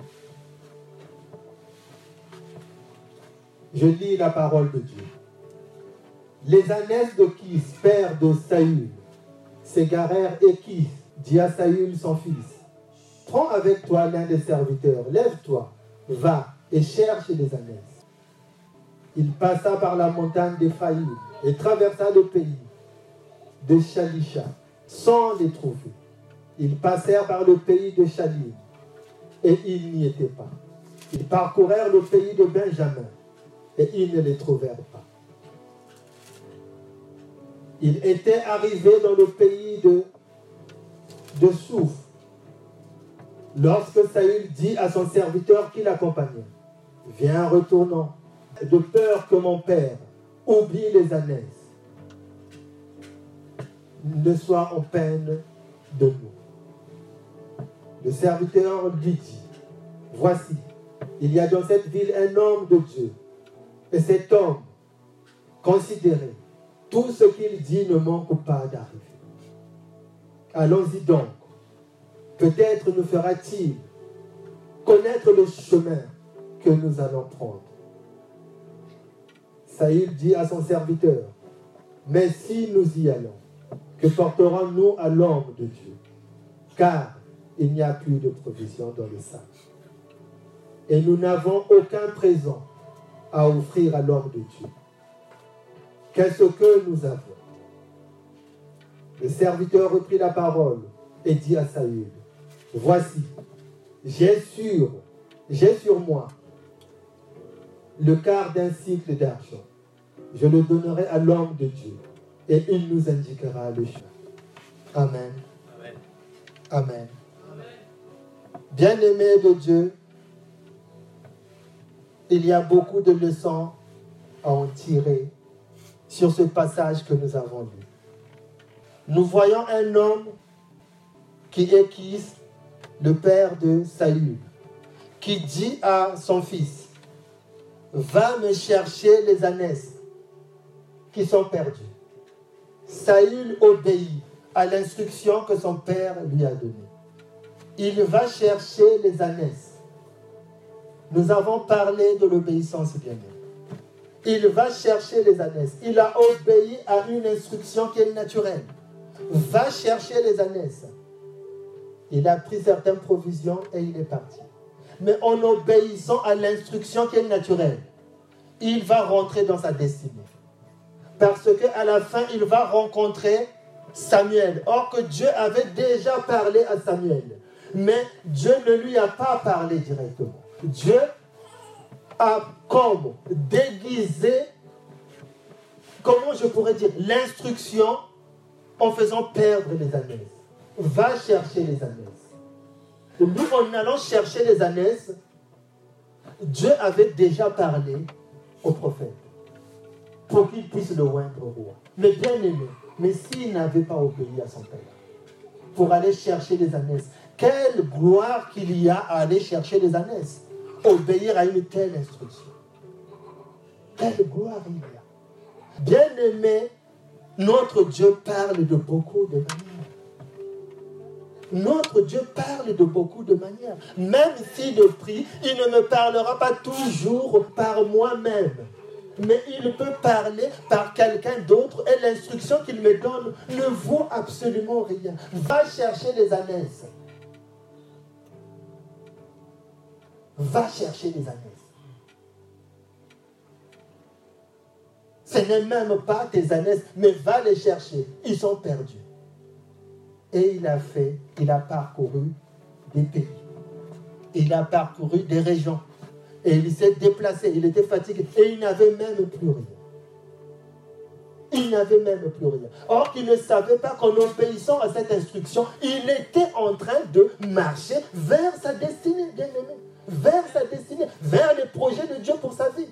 Je lis la parole de Dieu. Les ânesses de Kis, père de Saül, s'égarèrent et Kis dit à Saül son fils, prends avec toi l'un des serviteurs, lève-toi, va et cherche les ânesses. Il passa par la montagne d'Éphraïm et traversa le pays de Shalisha sans les trouver. Ils passèrent par le pays de Shalim et ils n'y étaient pas. Ils parcourèrent le pays de Benjamin et ils ne les trouvèrent pas. Il était arrivé dans le pays de, de Souf, lorsque Saül dit à son serviteur qui l'accompagnait, « Viens, retournons, de peur que mon père oublie les ânesses, ne soit en peine de nous. » Le serviteur lui dit, « Voici, il y a dans cette ville un homme de Dieu, et cet homme, considérez, tout ce qu'il dit ne manque pas d'arriver. Allons-y donc. Peut-être nous fera-t-il connaître le chemin que nous allons prendre. » Saül dit à son serviteur, « Mais si nous y allons, que porterons-nous à l'homme de Dieu? Car il n'y a plus de provision dans le sac. Et nous n'avons aucun présent à offrir à l'homme de Dieu. Qu'est-ce que nous avons? » Le serviteur reprit la parole et dit à Saül, « Voici, j'ai sur, j'ai sur moi le quart d'un cycle d'argent. Je le donnerai à l'homme de Dieu et il nous indiquera le chemin. » Amen. Amen. Amen. Amen. Bien-aimés de Dieu, il y a beaucoup de leçons à en tirer sur ce passage que nous avons lu. Nous voyons un homme qui est Kis, le père de Saül, qui dit à son fils, va me chercher les ânesses qui sont perdues. Saül obéit à l'instruction que son père lui a donnée. Il va chercher les ânesses. Nous avons parlé de l'obéissance bien-aimée. Il va chercher les ânesses. Il a obéi à une instruction qui est naturelle. Va chercher les ânesses. Il a pris certaines provisions et il est parti. Mais en obéissant à l'instruction qui est naturelle, il va rentrer dans sa destinée. Parce qu'à la fin, il va rencontrer Samuel. Or que Dieu avait déjà parlé à Samuel. Mais Dieu ne lui a pas parlé directement. Dieu a comme déguisé, comment je pourrais dire, l'instruction en faisant perdre les ânesses. Va chercher les ânesses. Nous, en allant chercher les ânesses, Dieu avait déjà parlé au prophète pour qu'il puisse le oindre roi. Mais bien aimé, mais s'il n'avait pas obéi à son père pour aller chercher les ânesses, quelle gloire qu'il y a à aller chercher les ânesses, obéir à une telle instruction. Quelle gloire il y a. Bien aimé, notre Dieu parle de beaucoup de manières. Notre Dieu parle de beaucoup de manières. Même s'il prie, il ne me parlera pas toujours par moi-même. Mais il peut parler par quelqu'un d'autre et l'instruction qu'il me donne ne vaut absolument rien. Va chercher les ânesses. Va chercher les ânesses. Ce n'est même pas tes ânesses, mais va les chercher. Ils sont perdus. Et il a fait, il a parcouru des pays. Il a parcouru des régions. Et il s'est déplacé, il était fatigué. Et il n'avait même plus rien. Il n'avait même plus rien. Or, il ne savait pas qu'en obéissant à cette instruction, il était en train de marcher vers sa destinée, bien-aimé. Vers sa destinée, vers les projets de Dieu pour sa vie.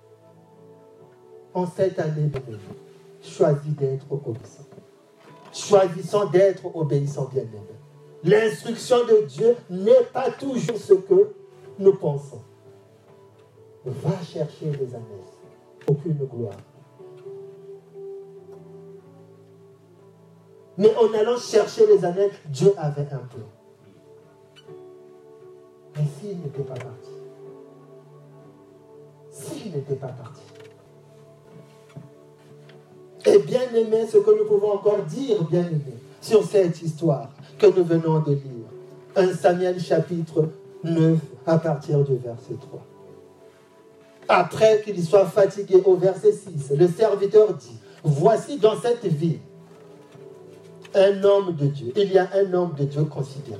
En cette année, bien-aimé, choisis d'être obéissant. Choisissons d'être obéissants, bien-aimés. L'instruction de Dieu n'est pas toujours ce que nous pensons. Va chercher les ânesses. Aucune gloire. Mais en allant chercher les ânesses, Dieu avait un plan. Mais s'il n'était pas parti, s'il n'était pas parti, et bien aimé, ce que nous pouvons encore dire, bien aimé, sur cette histoire que nous venons de lire. un Samuel chapitre neuf à partir du verset trois. Après qu'il soit fatigué au verset six, le serviteur dit, voici dans cette ville un homme de Dieu. Il y a un homme de Dieu considéré.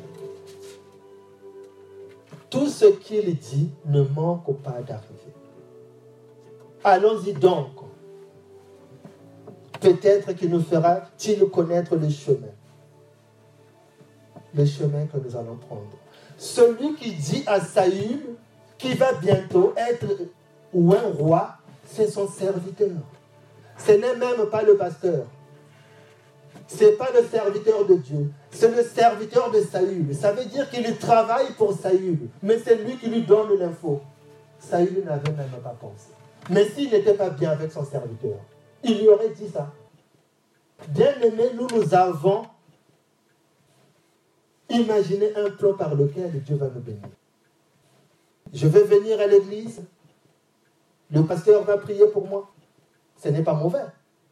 Tout ce qu'il dit ne manque pas d'arriver. Allons-y donc. Peut-être qu'il nous fera-t-il connaître le chemin. Le chemin que nous allons prendre. Celui qui dit à Saül qu'il va bientôt être ou un roi, c'est son serviteur. Ce n'est même pas le pasteur. Ce n'est pas le serviteur de Dieu. C'est le serviteur de Saül. Ça veut dire qu'il travaille pour Saül. Mais c'est lui qui lui donne l'info. Saül n'avait même pas pensé. Mais s'il n'était pas bien avec son serviteur, il lui aurait dit ça. Bien aimé, nous, nous avons imaginé un plan par lequel Dieu va nous bénir. Je vais venir à l'église. Le pasteur va prier pour moi. Ce n'est pas mauvais.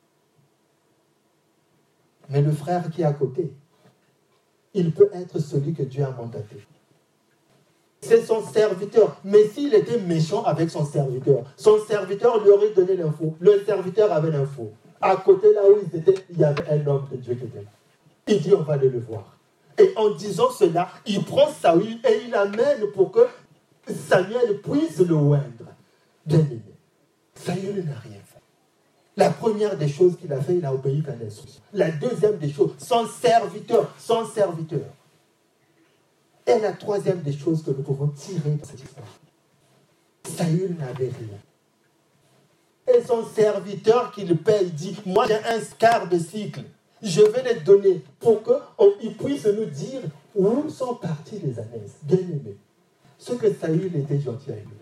Mais le frère qui est à côté, il peut être celui que Dieu a mandaté. C'est son serviteur. Mais s'il était méchant avec son serviteur, son serviteur lui aurait donné l'info. Le serviteur avait l'info. À côté, là où ils étaient, il y avait un homme de Dieu qui était là. Il dit, on va aller le voir. Et en disant cela, il prend Saül et il l'amène pour que Samuel puisse le oindre. Bien aimé, Saül n'a rien fait. La première des choses qu'il a fait, il a obéi à l'instruction. La deuxième des choses, son serviteur, son serviteur Et la troisième des choses que nous pouvons tirer de cette histoire, Saül n'avait rien. Et son serviteur qui le paye dit, moi j'ai un quart de cycle, je vais les donner pour qu'il puisse nous dire où sont partis les ânesse. Bien aimé, ce que Saül était gentil avec lui.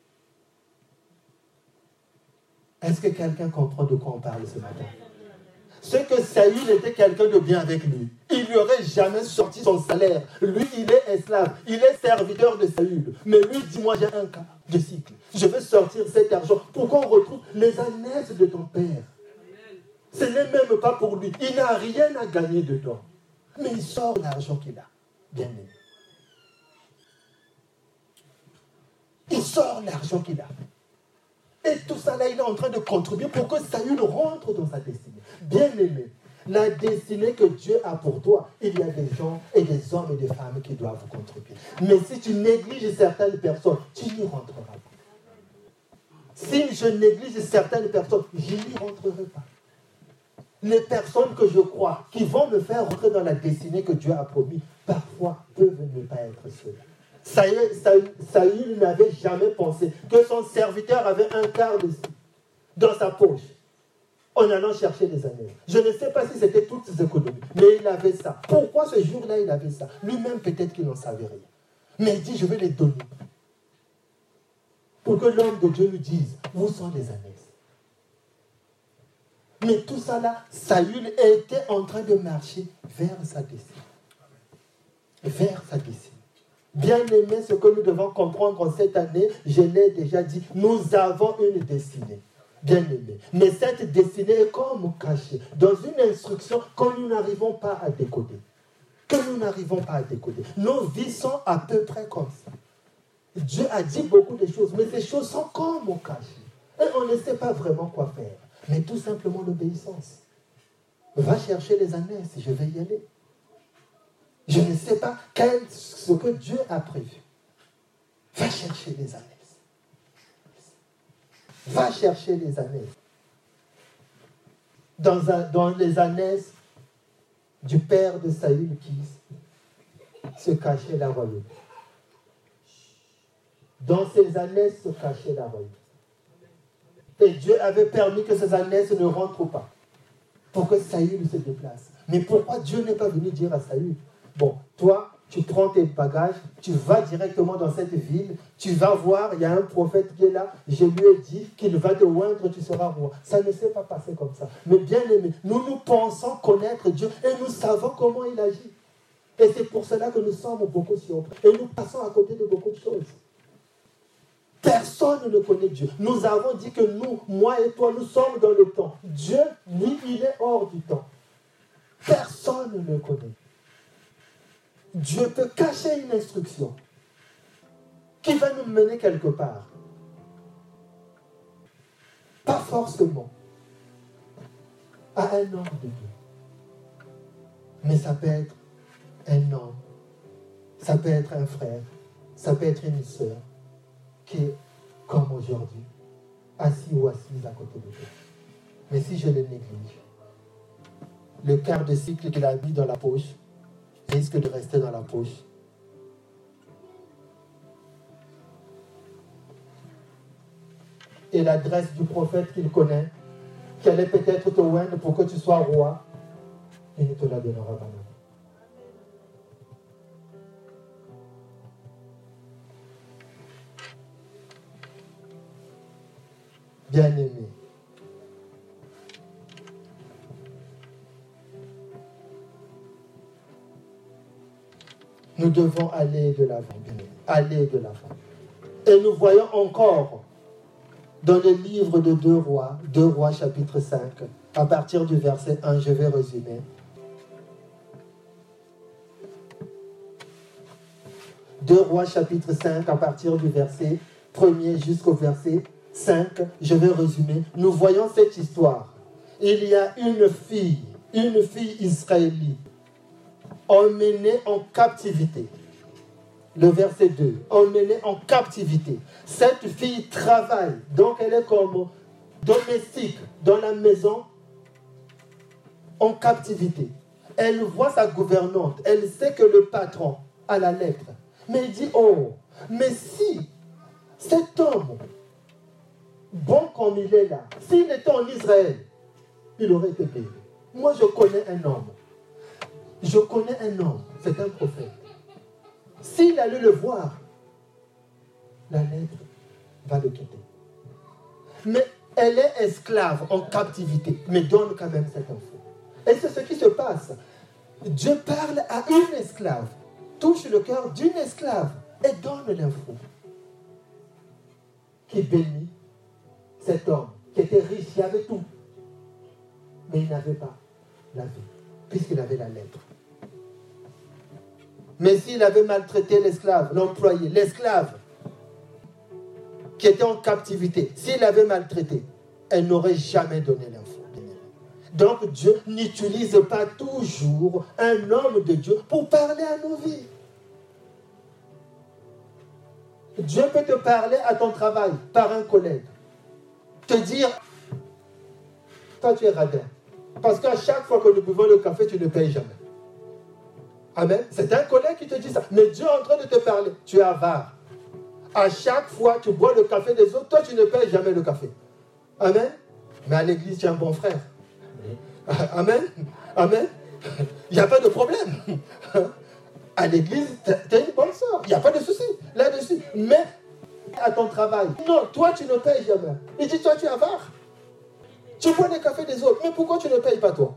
Est-ce que quelqu'un comprend de quoi on parle ce matin? Ce que Saül était quelqu'un de bien avec lui. Il lui aurait jamais sorti son salaire. Lui, il est esclave. Il est serviteur de Saül. Mais lui dit, moi j'ai un quart de cycle. Je vais sortir cet argent pour qu'on retrouve les ânesses de ton père. Ce n'est même pas pour lui. Il n'a rien à gagner dedans. Mais il sort l'argent qu'il a. Bien aimé. Il sort l'argent qu'il a. Et tout ça là, il est en train de contribuer pour que Saül rentre dans sa destinée. Bien aimé, la destinée que Dieu a pour toi, il y a des gens et des hommes et des femmes qui doivent contribuer. Mais si tu négliges certaines personnes, tu n'y rentreras pas. Si je néglige certaines personnes, je n'y rentrerai pas. Les personnes que je crois qui vont me faire rentrer dans la destinée que Dieu a promis, parfois peuvent ne pas être ceux-là. Saül, Saül, Saül n'avait jamais pensé que son serviteur avait un quart de dans sa poche en allant chercher des ânesses. Je ne sais pas si c'était toutes ses économies, mais il avait ça. Pourquoi ce jour-là il avait ça? Lui-même peut-être qu'il n'en savait rien. Mais il dit, je vais les donner. Pour que l'homme de Dieu nous dise, où sont les ânesses? Mais tout ça là, Saül était en train de marcher vers sa destinée. Vers sa destinée. Bien aimé, ce que nous devons comprendre en cette année, je l'ai déjà dit, nous avons une destinée. Bien aimé. Mais cette destinée est comme cachée dans une instruction que nous n'arrivons pas à décoder. Que nous n'arrivons pas à décoder. Nos vies sont à peu près comme ça. Dieu a dit beaucoup de choses, mais ces choses sont comme cachées. Et on ne sait pas vraiment quoi faire. Mais tout simplement l'obéissance. Va chercher les ânesses, je vais y aller. Je ne sais pas quel, ce que Dieu a prévu. Va chercher les ânesses. Va chercher les ânesses. Dans, un, dans les ânesses du père de Saül qui se cachait la royauté. Dans ces ânesses se cachait la royauté. Et Dieu avait permis que ces ânesses ne rentrent pas pour que Saül se déplace. Mais pourquoi Dieu n'est pas venu dire à Saül, bon, toi, tu prends tes bagages, tu vas directement dans cette ville, tu vas voir, il y a un prophète qui est là, je lui ai dit qu'il va te oindre, tu seras roi. Ça ne s'est pas passé comme ça. Mais bien aimé, nous nous pensons connaître Dieu et nous savons comment il agit. Et c'est pour cela que nous sommes beaucoup surpris. Et nous passons à côté de beaucoup de choses. Personne ne connaît Dieu. Nous avons dit que nous, moi et toi, nous sommes dans le temps. Dieu, lui, il est hors du temps. Personne ne le connaît. Dieu peut cacher une instruction qui va nous mener quelque part. Pas forcément à un homme de Dieu. Mais ça peut être un homme, ça peut être un frère, ça peut être une sœur qui est comme aujourd'hui, assis ou assise à côté de toi. Mais si je le néglige, le quart de cycle qu'il a mis dans la poche risque de rester dans la poche. Et l'adresse du prophète qu'il connaît, qui allait peut-être te oindre pour que tu sois roi, il ne te la donnera pas. Bien-aimé, nous devons aller de l'avant, aller de l'avant. Et nous voyons encore dans le livre de deux rois, deux rois chapitre cinq, à partir du verset un, je vais résumer. deux rois chapitre cinq, à partir du verset premier jusqu'au verset cinq, je vais résumer. Nous voyons cette histoire. Il y a une fille, une fille israélite, emmenée en captivité. Le verset deux, emmenée en captivité. Cette fille travaille, donc elle est comme domestique dans la maison en captivité. Elle voit sa gouvernante, elle sait que le patron a la lettre Mais il dit, oh, mais si cet homme, bon comme il est là, s'il était en Israël, il aurait été payé. Moi, je connais un homme. Je connais un homme, c'est un prophète. S'il allait le voir, la lettre va le quitter. Mais elle est esclave en captivité, mais donne quand même cette info. Et c'est ce qui se passe. Dieu parle à une esclave, touche le cœur d'une esclave et donne l'info. Qui bénit cet homme qui était riche, il avait tout. Mais il n'avait pas la vie, puisqu'il avait la lettre. Mais s'il avait maltraité l'esclave, l'employé, l'esclave, qui était en captivité, s'il avait maltraité, elle n'aurait jamais donné l'info. Donc Dieu n'utilise pas toujours un homme de Dieu pour parler à nos vies. Dieu peut te parler à ton travail par un collègue. Te dire, toi tu es radin. Parce qu'à chaque fois que nous buvons le café, tu ne payes jamais. Amen. C'est un collègue qui te dit ça. Mais Dieu est en train de te parler. Tu es avare. À chaque fois que tu bois le café des autres, toi tu ne payes jamais le café. Amen. Mais à l'église, tu es un bon frère. Amen. Amen. Il n'y a pas de problème. À l'église, tu es une bonne soeur. Il n'y a pas de souci là-dessus. Mais à ton travail, non, toi tu ne payes jamais. Il dit, toi tu es avare. Tu bois les cafés des autres. Mais pourquoi tu ne payes pas toi?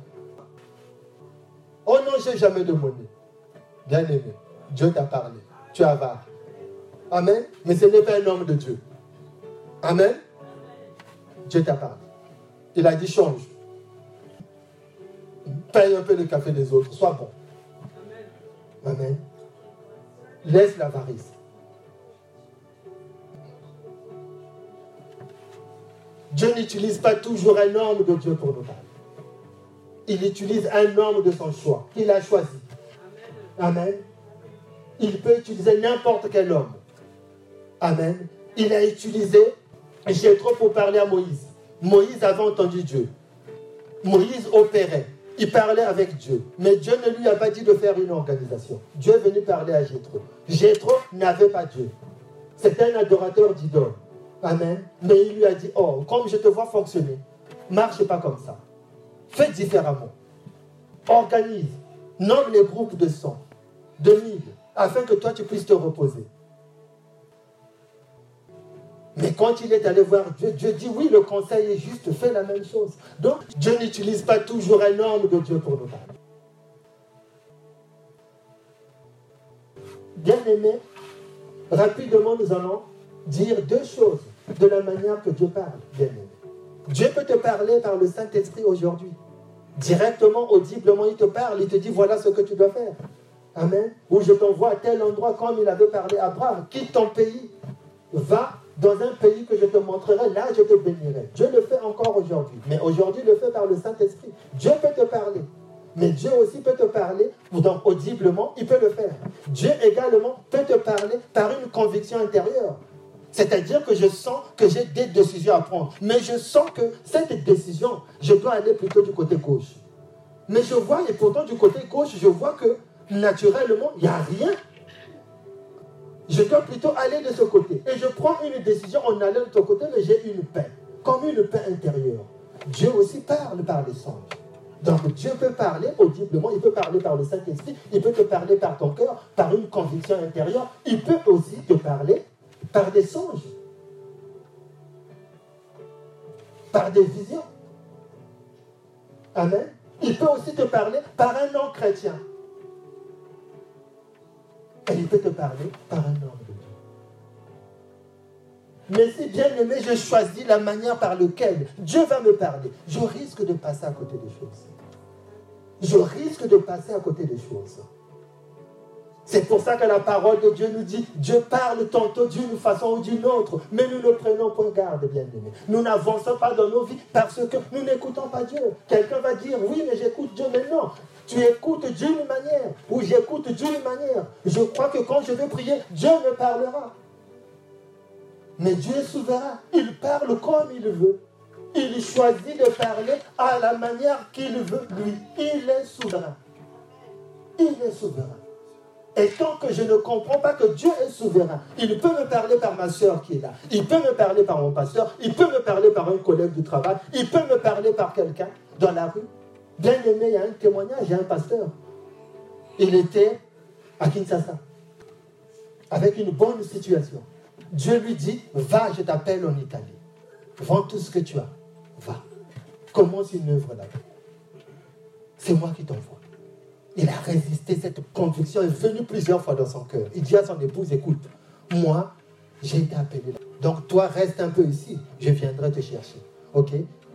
Oh non, j'ai jamais de monnaie. Bien aimé, Dieu t'a parlé. Tu es avare. Amen. Mais ce n'est pas un homme de Dieu. Amen. Dieu t'a parlé. Il a dit change. Paye un peu le café des autres. Sois bon. Amen. Laisse l'avarice. Dieu n'utilise pas toujours un homme de Dieu pour nous parler. Il utilise un homme de son choix, qu'il a choisi. Amen. Il peut utiliser n'importe quel homme. Amen. Il a utilisé Jéthro pour parler à Moïse. Moïse avait entendu Dieu. Moïse opérait. Il parlait avec Dieu. Mais Dieu ne lui a pas dit de faire une organisation. Dieu est venu parler à Jéthro. Jéthro n'avait pas Dieu. C'était un adorateur d'idoles. Amen. Mais il lui a dit, oh, comme je te vois fonctionner, marche pas comme ça. Fais différemment. Organise. Nomme les groupes de cent, de mille, afin que toi tu puisses te reposer. Mais quand il est allé voir Dieu, Dieu dit oui, le conseil est juste, fais la même chose. Donc, Dieu n'utilise pas toujours un homme de Dieu pour nous parler. Bien aimé, rapidement nous allons dire deux choses de la manière que Dieu parle, bien aimé. Dieu peut te parler par le Saint-Esprit aujourd'hui. Directement, audiblement, il te parle, il te dit voilà ce que tu dois faire. Amen. Ou je t'envoie à tel endroit comme il avait parlé à Abraham. Quitte ton pays, va dans un pays que je te montrerai, là je te bénirai. Dieu le fait encore aujourd'hui. Mais aujourd'hui, il le fait par le Saint-Esprit. Dieu peut te parler. Mais Dieu aussi peut te parler, donc audiblement, il peut le faire. Dieu également peut te parler par une conviction intérieure. C'est-à-dire que je sens que j'ai des décisions à prendre. Mais je sens que cette décision, je dois aller plutôt du côté gauche. Mais je vois, et pourtant du côté gauche, je vois que naturellement, il n'y a rien. Je dois plutôt aller de ce côté. Et je prends une décision en allant de ce côté, mais j'ai une paix. Comme une paix intérieure. Dieu aussi parle par les songes. Donc Dieu peut parler audiblement, il peut parler par le Saint-Esprit, il peut te parler par ton cœur, par une conviction intérieure. Il peut aussi te parler par des songes. Par des visions. Amen. Il peut aussi te parler par un non chrétien. Et il peut te parler par un homme de Dieu. Mais si bien aimé, je choisis la manière par laquelle Dieu va me parler, je risque de passer à côté des choses. Je risque de passer à côté des choses. C'est pour ça que la parole de Dieu nous dit, Dieu parle tantôt d'une façon ou d'une autre, mais nous ne prenons point garde, bien aimé. Nous n'avançons pas dans nos vies parce que nous n'écoutons pas Dieu. Quelqu'un va dire, oui, mais j'écoute Dieu, mais non. Tu écoutes d'une manière, ou j'écoute d'une manière. Je crois que quand je vais prier, Dieu me parlera. Mais Dieu est souverain. Il parle comme il veut. Il choisit de parler à la manière qu'il veut, lui. Il est souverain. Il est souverain. Et tant que je ne comprends pas que Dieu est souverain, il peut me parler par ma soeur qui est là, il peut me parler par mon pasteur, il peut me parler par un collègue du travail, il peut me parler par quelqu'un dans la rue. Bien aimé, il y a un témoignage, il y a un pasteur. Il était à Kinshasa, avec une bonne situation. Dieu lui dit, va, je t'appelle en Italie. Vends tout ce que tu as. Va. Commence une œuvre là-bas. C'est moi qui t'envoie. Il a résisté, cette conviction est venue plusieurs fois dans son cœur. Il dit à son épouse, écoute, moi, j'ai été appelé là. Donc toi, reste un peu ici. Je viendrai te chercher. Ok?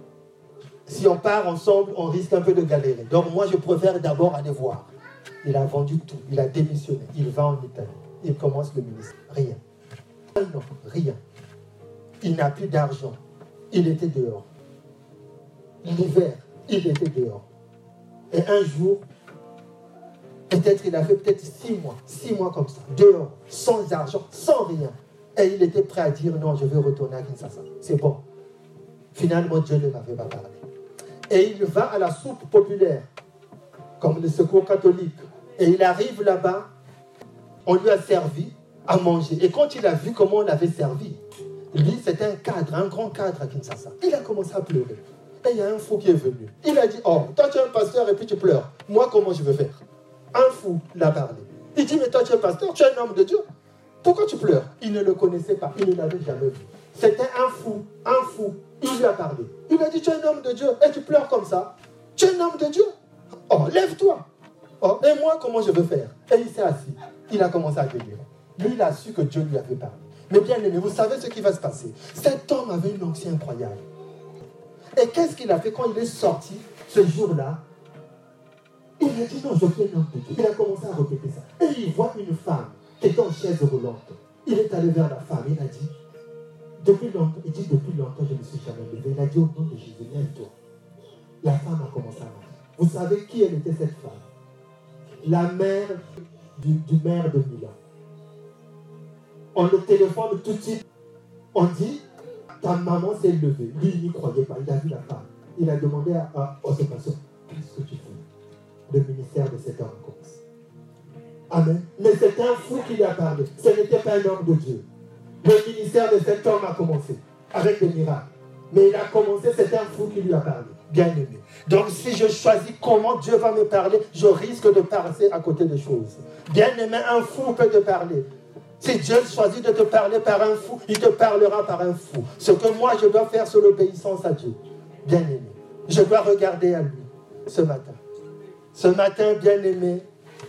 Si on part ensemble, on risque un peu de galérer. Donc moi, je préfère d'abord aller voir. Il a vendu tout. Il a démissionné. Il va en Italie. Il commence le ministère. Rien. Non, rien. Il n'a plus d'argent. Il était dehors. L'hiver, il était dehors. Et un jour, peut-être il a fait peut-être six mois, six mois comme ça, dehors, sans argent, sans rien. Et il était prêt à dire non, je veux retourner à Kinshasa. C'est bon. Finalement, Dieu ne m'avait pas parlé. Et il va à la soupe populaire, comme le secours catholique. Et il arrive là-bas, on lui a servi à manger. Et quand il a vu comment on l'avait servi, lui, c'était un cadre, un grand cadre à Kinshasa. Il a commencé à pleurer. Et il y a un fou qui est venu. Il a dit, oh, toi tu es un pasteur et puis tu pleures. Moi, comment je veux faire? Un fou l'a parlé. Il dit, mais toi tu es pasteur, tu es un homme de Dieu. Pourquoi tu pleures? Il ne le connaissait pas, il ne l'avait jamais vu. C'était un fou, un fou. Il lui a parlé. Il a dit, tu es un homme de Dieu et tu pleures comme ça. Tu es un homme de Dieu. Oh, lève-toi. Oh, et moi, comment je veux faire? Et il s'est assis. Il a commencé à délirer. Lui, il a su que Dieu lui avait parlé. Mais bien aimé, vous savez ce qui va se passer. Cet homme avait une onction incroyable. Et qu'est-ce qu'il a fait quand il est sorti ce jour-là? Il a dit non, je suis un homme de Dieu. Il a commencé à répéter ça. Et il voit une femme qui était en chaise roulante. Il est allé vers la femme. Il a dit, depuis longtemps, il dit, depuis longtemps, je ne me suis jamais levé. Il a dit, au nom de Jésus, lève-toi. La femme a commencé à marcher. Vous savez qui elle était, cette femme? La mère du, du maire de Milan. On le téléphone tout de suite. On dit, ta maman s'est levée. Lui, il n'y croyait pas. Il a vu la femme. Il a demandé à, à, à ce pasteur, qu'est-ce que tu fais? Le ministère de cet homme commence. Amen. Mais c'était un fou qui lui a parlé. Ce n'était pas un homme de Dieu. Le ministère de cet homme a commencé avec des miracles. Mais il a commencé, c'était un fou qui lui a parlé. Bien aimé. Donc si je choisis comment Dieu va me parler, je risque de passer à côté des choses. Bien aimé, un fou peut te parler. Si Dieu choisit de te parler par un fou, il te parlera par un fou. Ce que moi je dois faire, c'est l'obéissance à Dieu. Bien aimé. Je dois regarder à lui ce matin. Ce matin, bien aimé,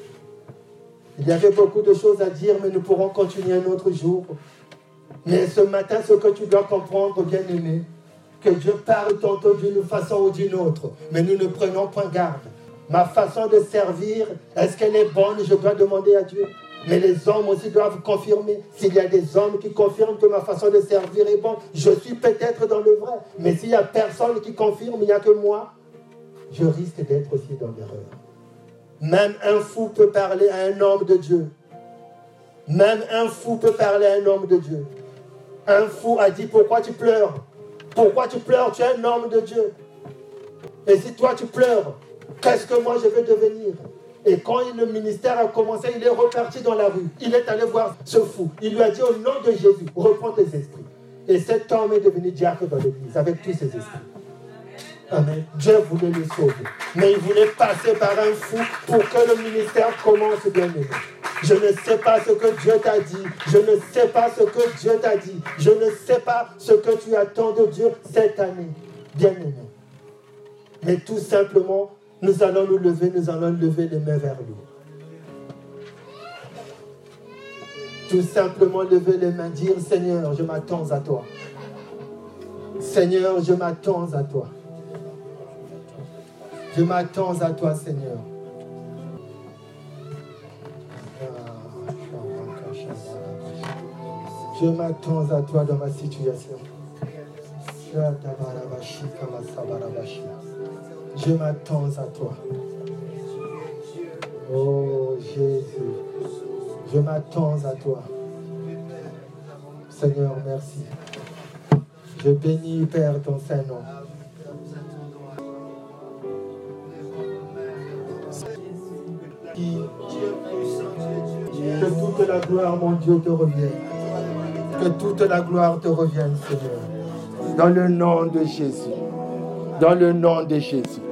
il y avait beaucoup de choses à dire, mais nous pourrons continuer un autre jour. Mais ce matin, ce que tu dois comprendre, bien aimé, que Dieu parle tantôt d'une façon ou d'une autre, mais nous ne prenons point garde. Ma façon de servir, est-ce qu'elle est bonne? Je dois demander à Dieu. Mais les hommes aussi doivent confirmer. S'il y a des hommes qui confirment que ma façon de servir est bonne, je suis peut-être dans le vrai. Mais s'il n'y a personne qui confirme, il n'y a que moi, je risque d'être aussi dans l'erreur. Même un fou peut parler à un homme de Dieu. Même un fou peut parler à un homme de Dieu. Un fou a dit, pourquoi tu pleures? Pourquoi tu pleures? Tu es un homme de Dieu. Et si toi tu pleures, qu'est-ce que moi je vais devenir? Et quand le ministère a commencé, il est reparti dans la rue. Il est allé voir ce fou. Il lui a dit, au nom de Jésus, reprends tes esprits. Et cet homme est devenu diacre dans l'église avec tous ses esprits. Amen. Dieu voulait le sauver. Mais il voulait passer par un fou pour que le ministère commence, bien aimé. Je ne sais pas ce que Dieu t'a dit. Je ne sais pas ce que Dieu t'a dit. Je ne sais pas ce que tu attends de Dieu cette année, bien aimé. Mais tout simplement, nous allons nous lever, nous allons lever les mains vers lui. Tout simplement lever les mains, dire, Seigneur, je m'attends à toi. Seigneur, je m'attends à toi. Je m'attends à toi, Seigneur. Je m'attends à toi dans ma situation. Je m'attends à toi. Oh Jésus, je m'attends à toi. Seigneur, merci. Je bénis, Père, ton Saint-Nom. Dieu puissant, Dieu toute la gloire, mon Dieu, te revienne. Que toute la gloire te revienne, Seigneur. Dans le nom de Jésus. Dans le nom de Jésus.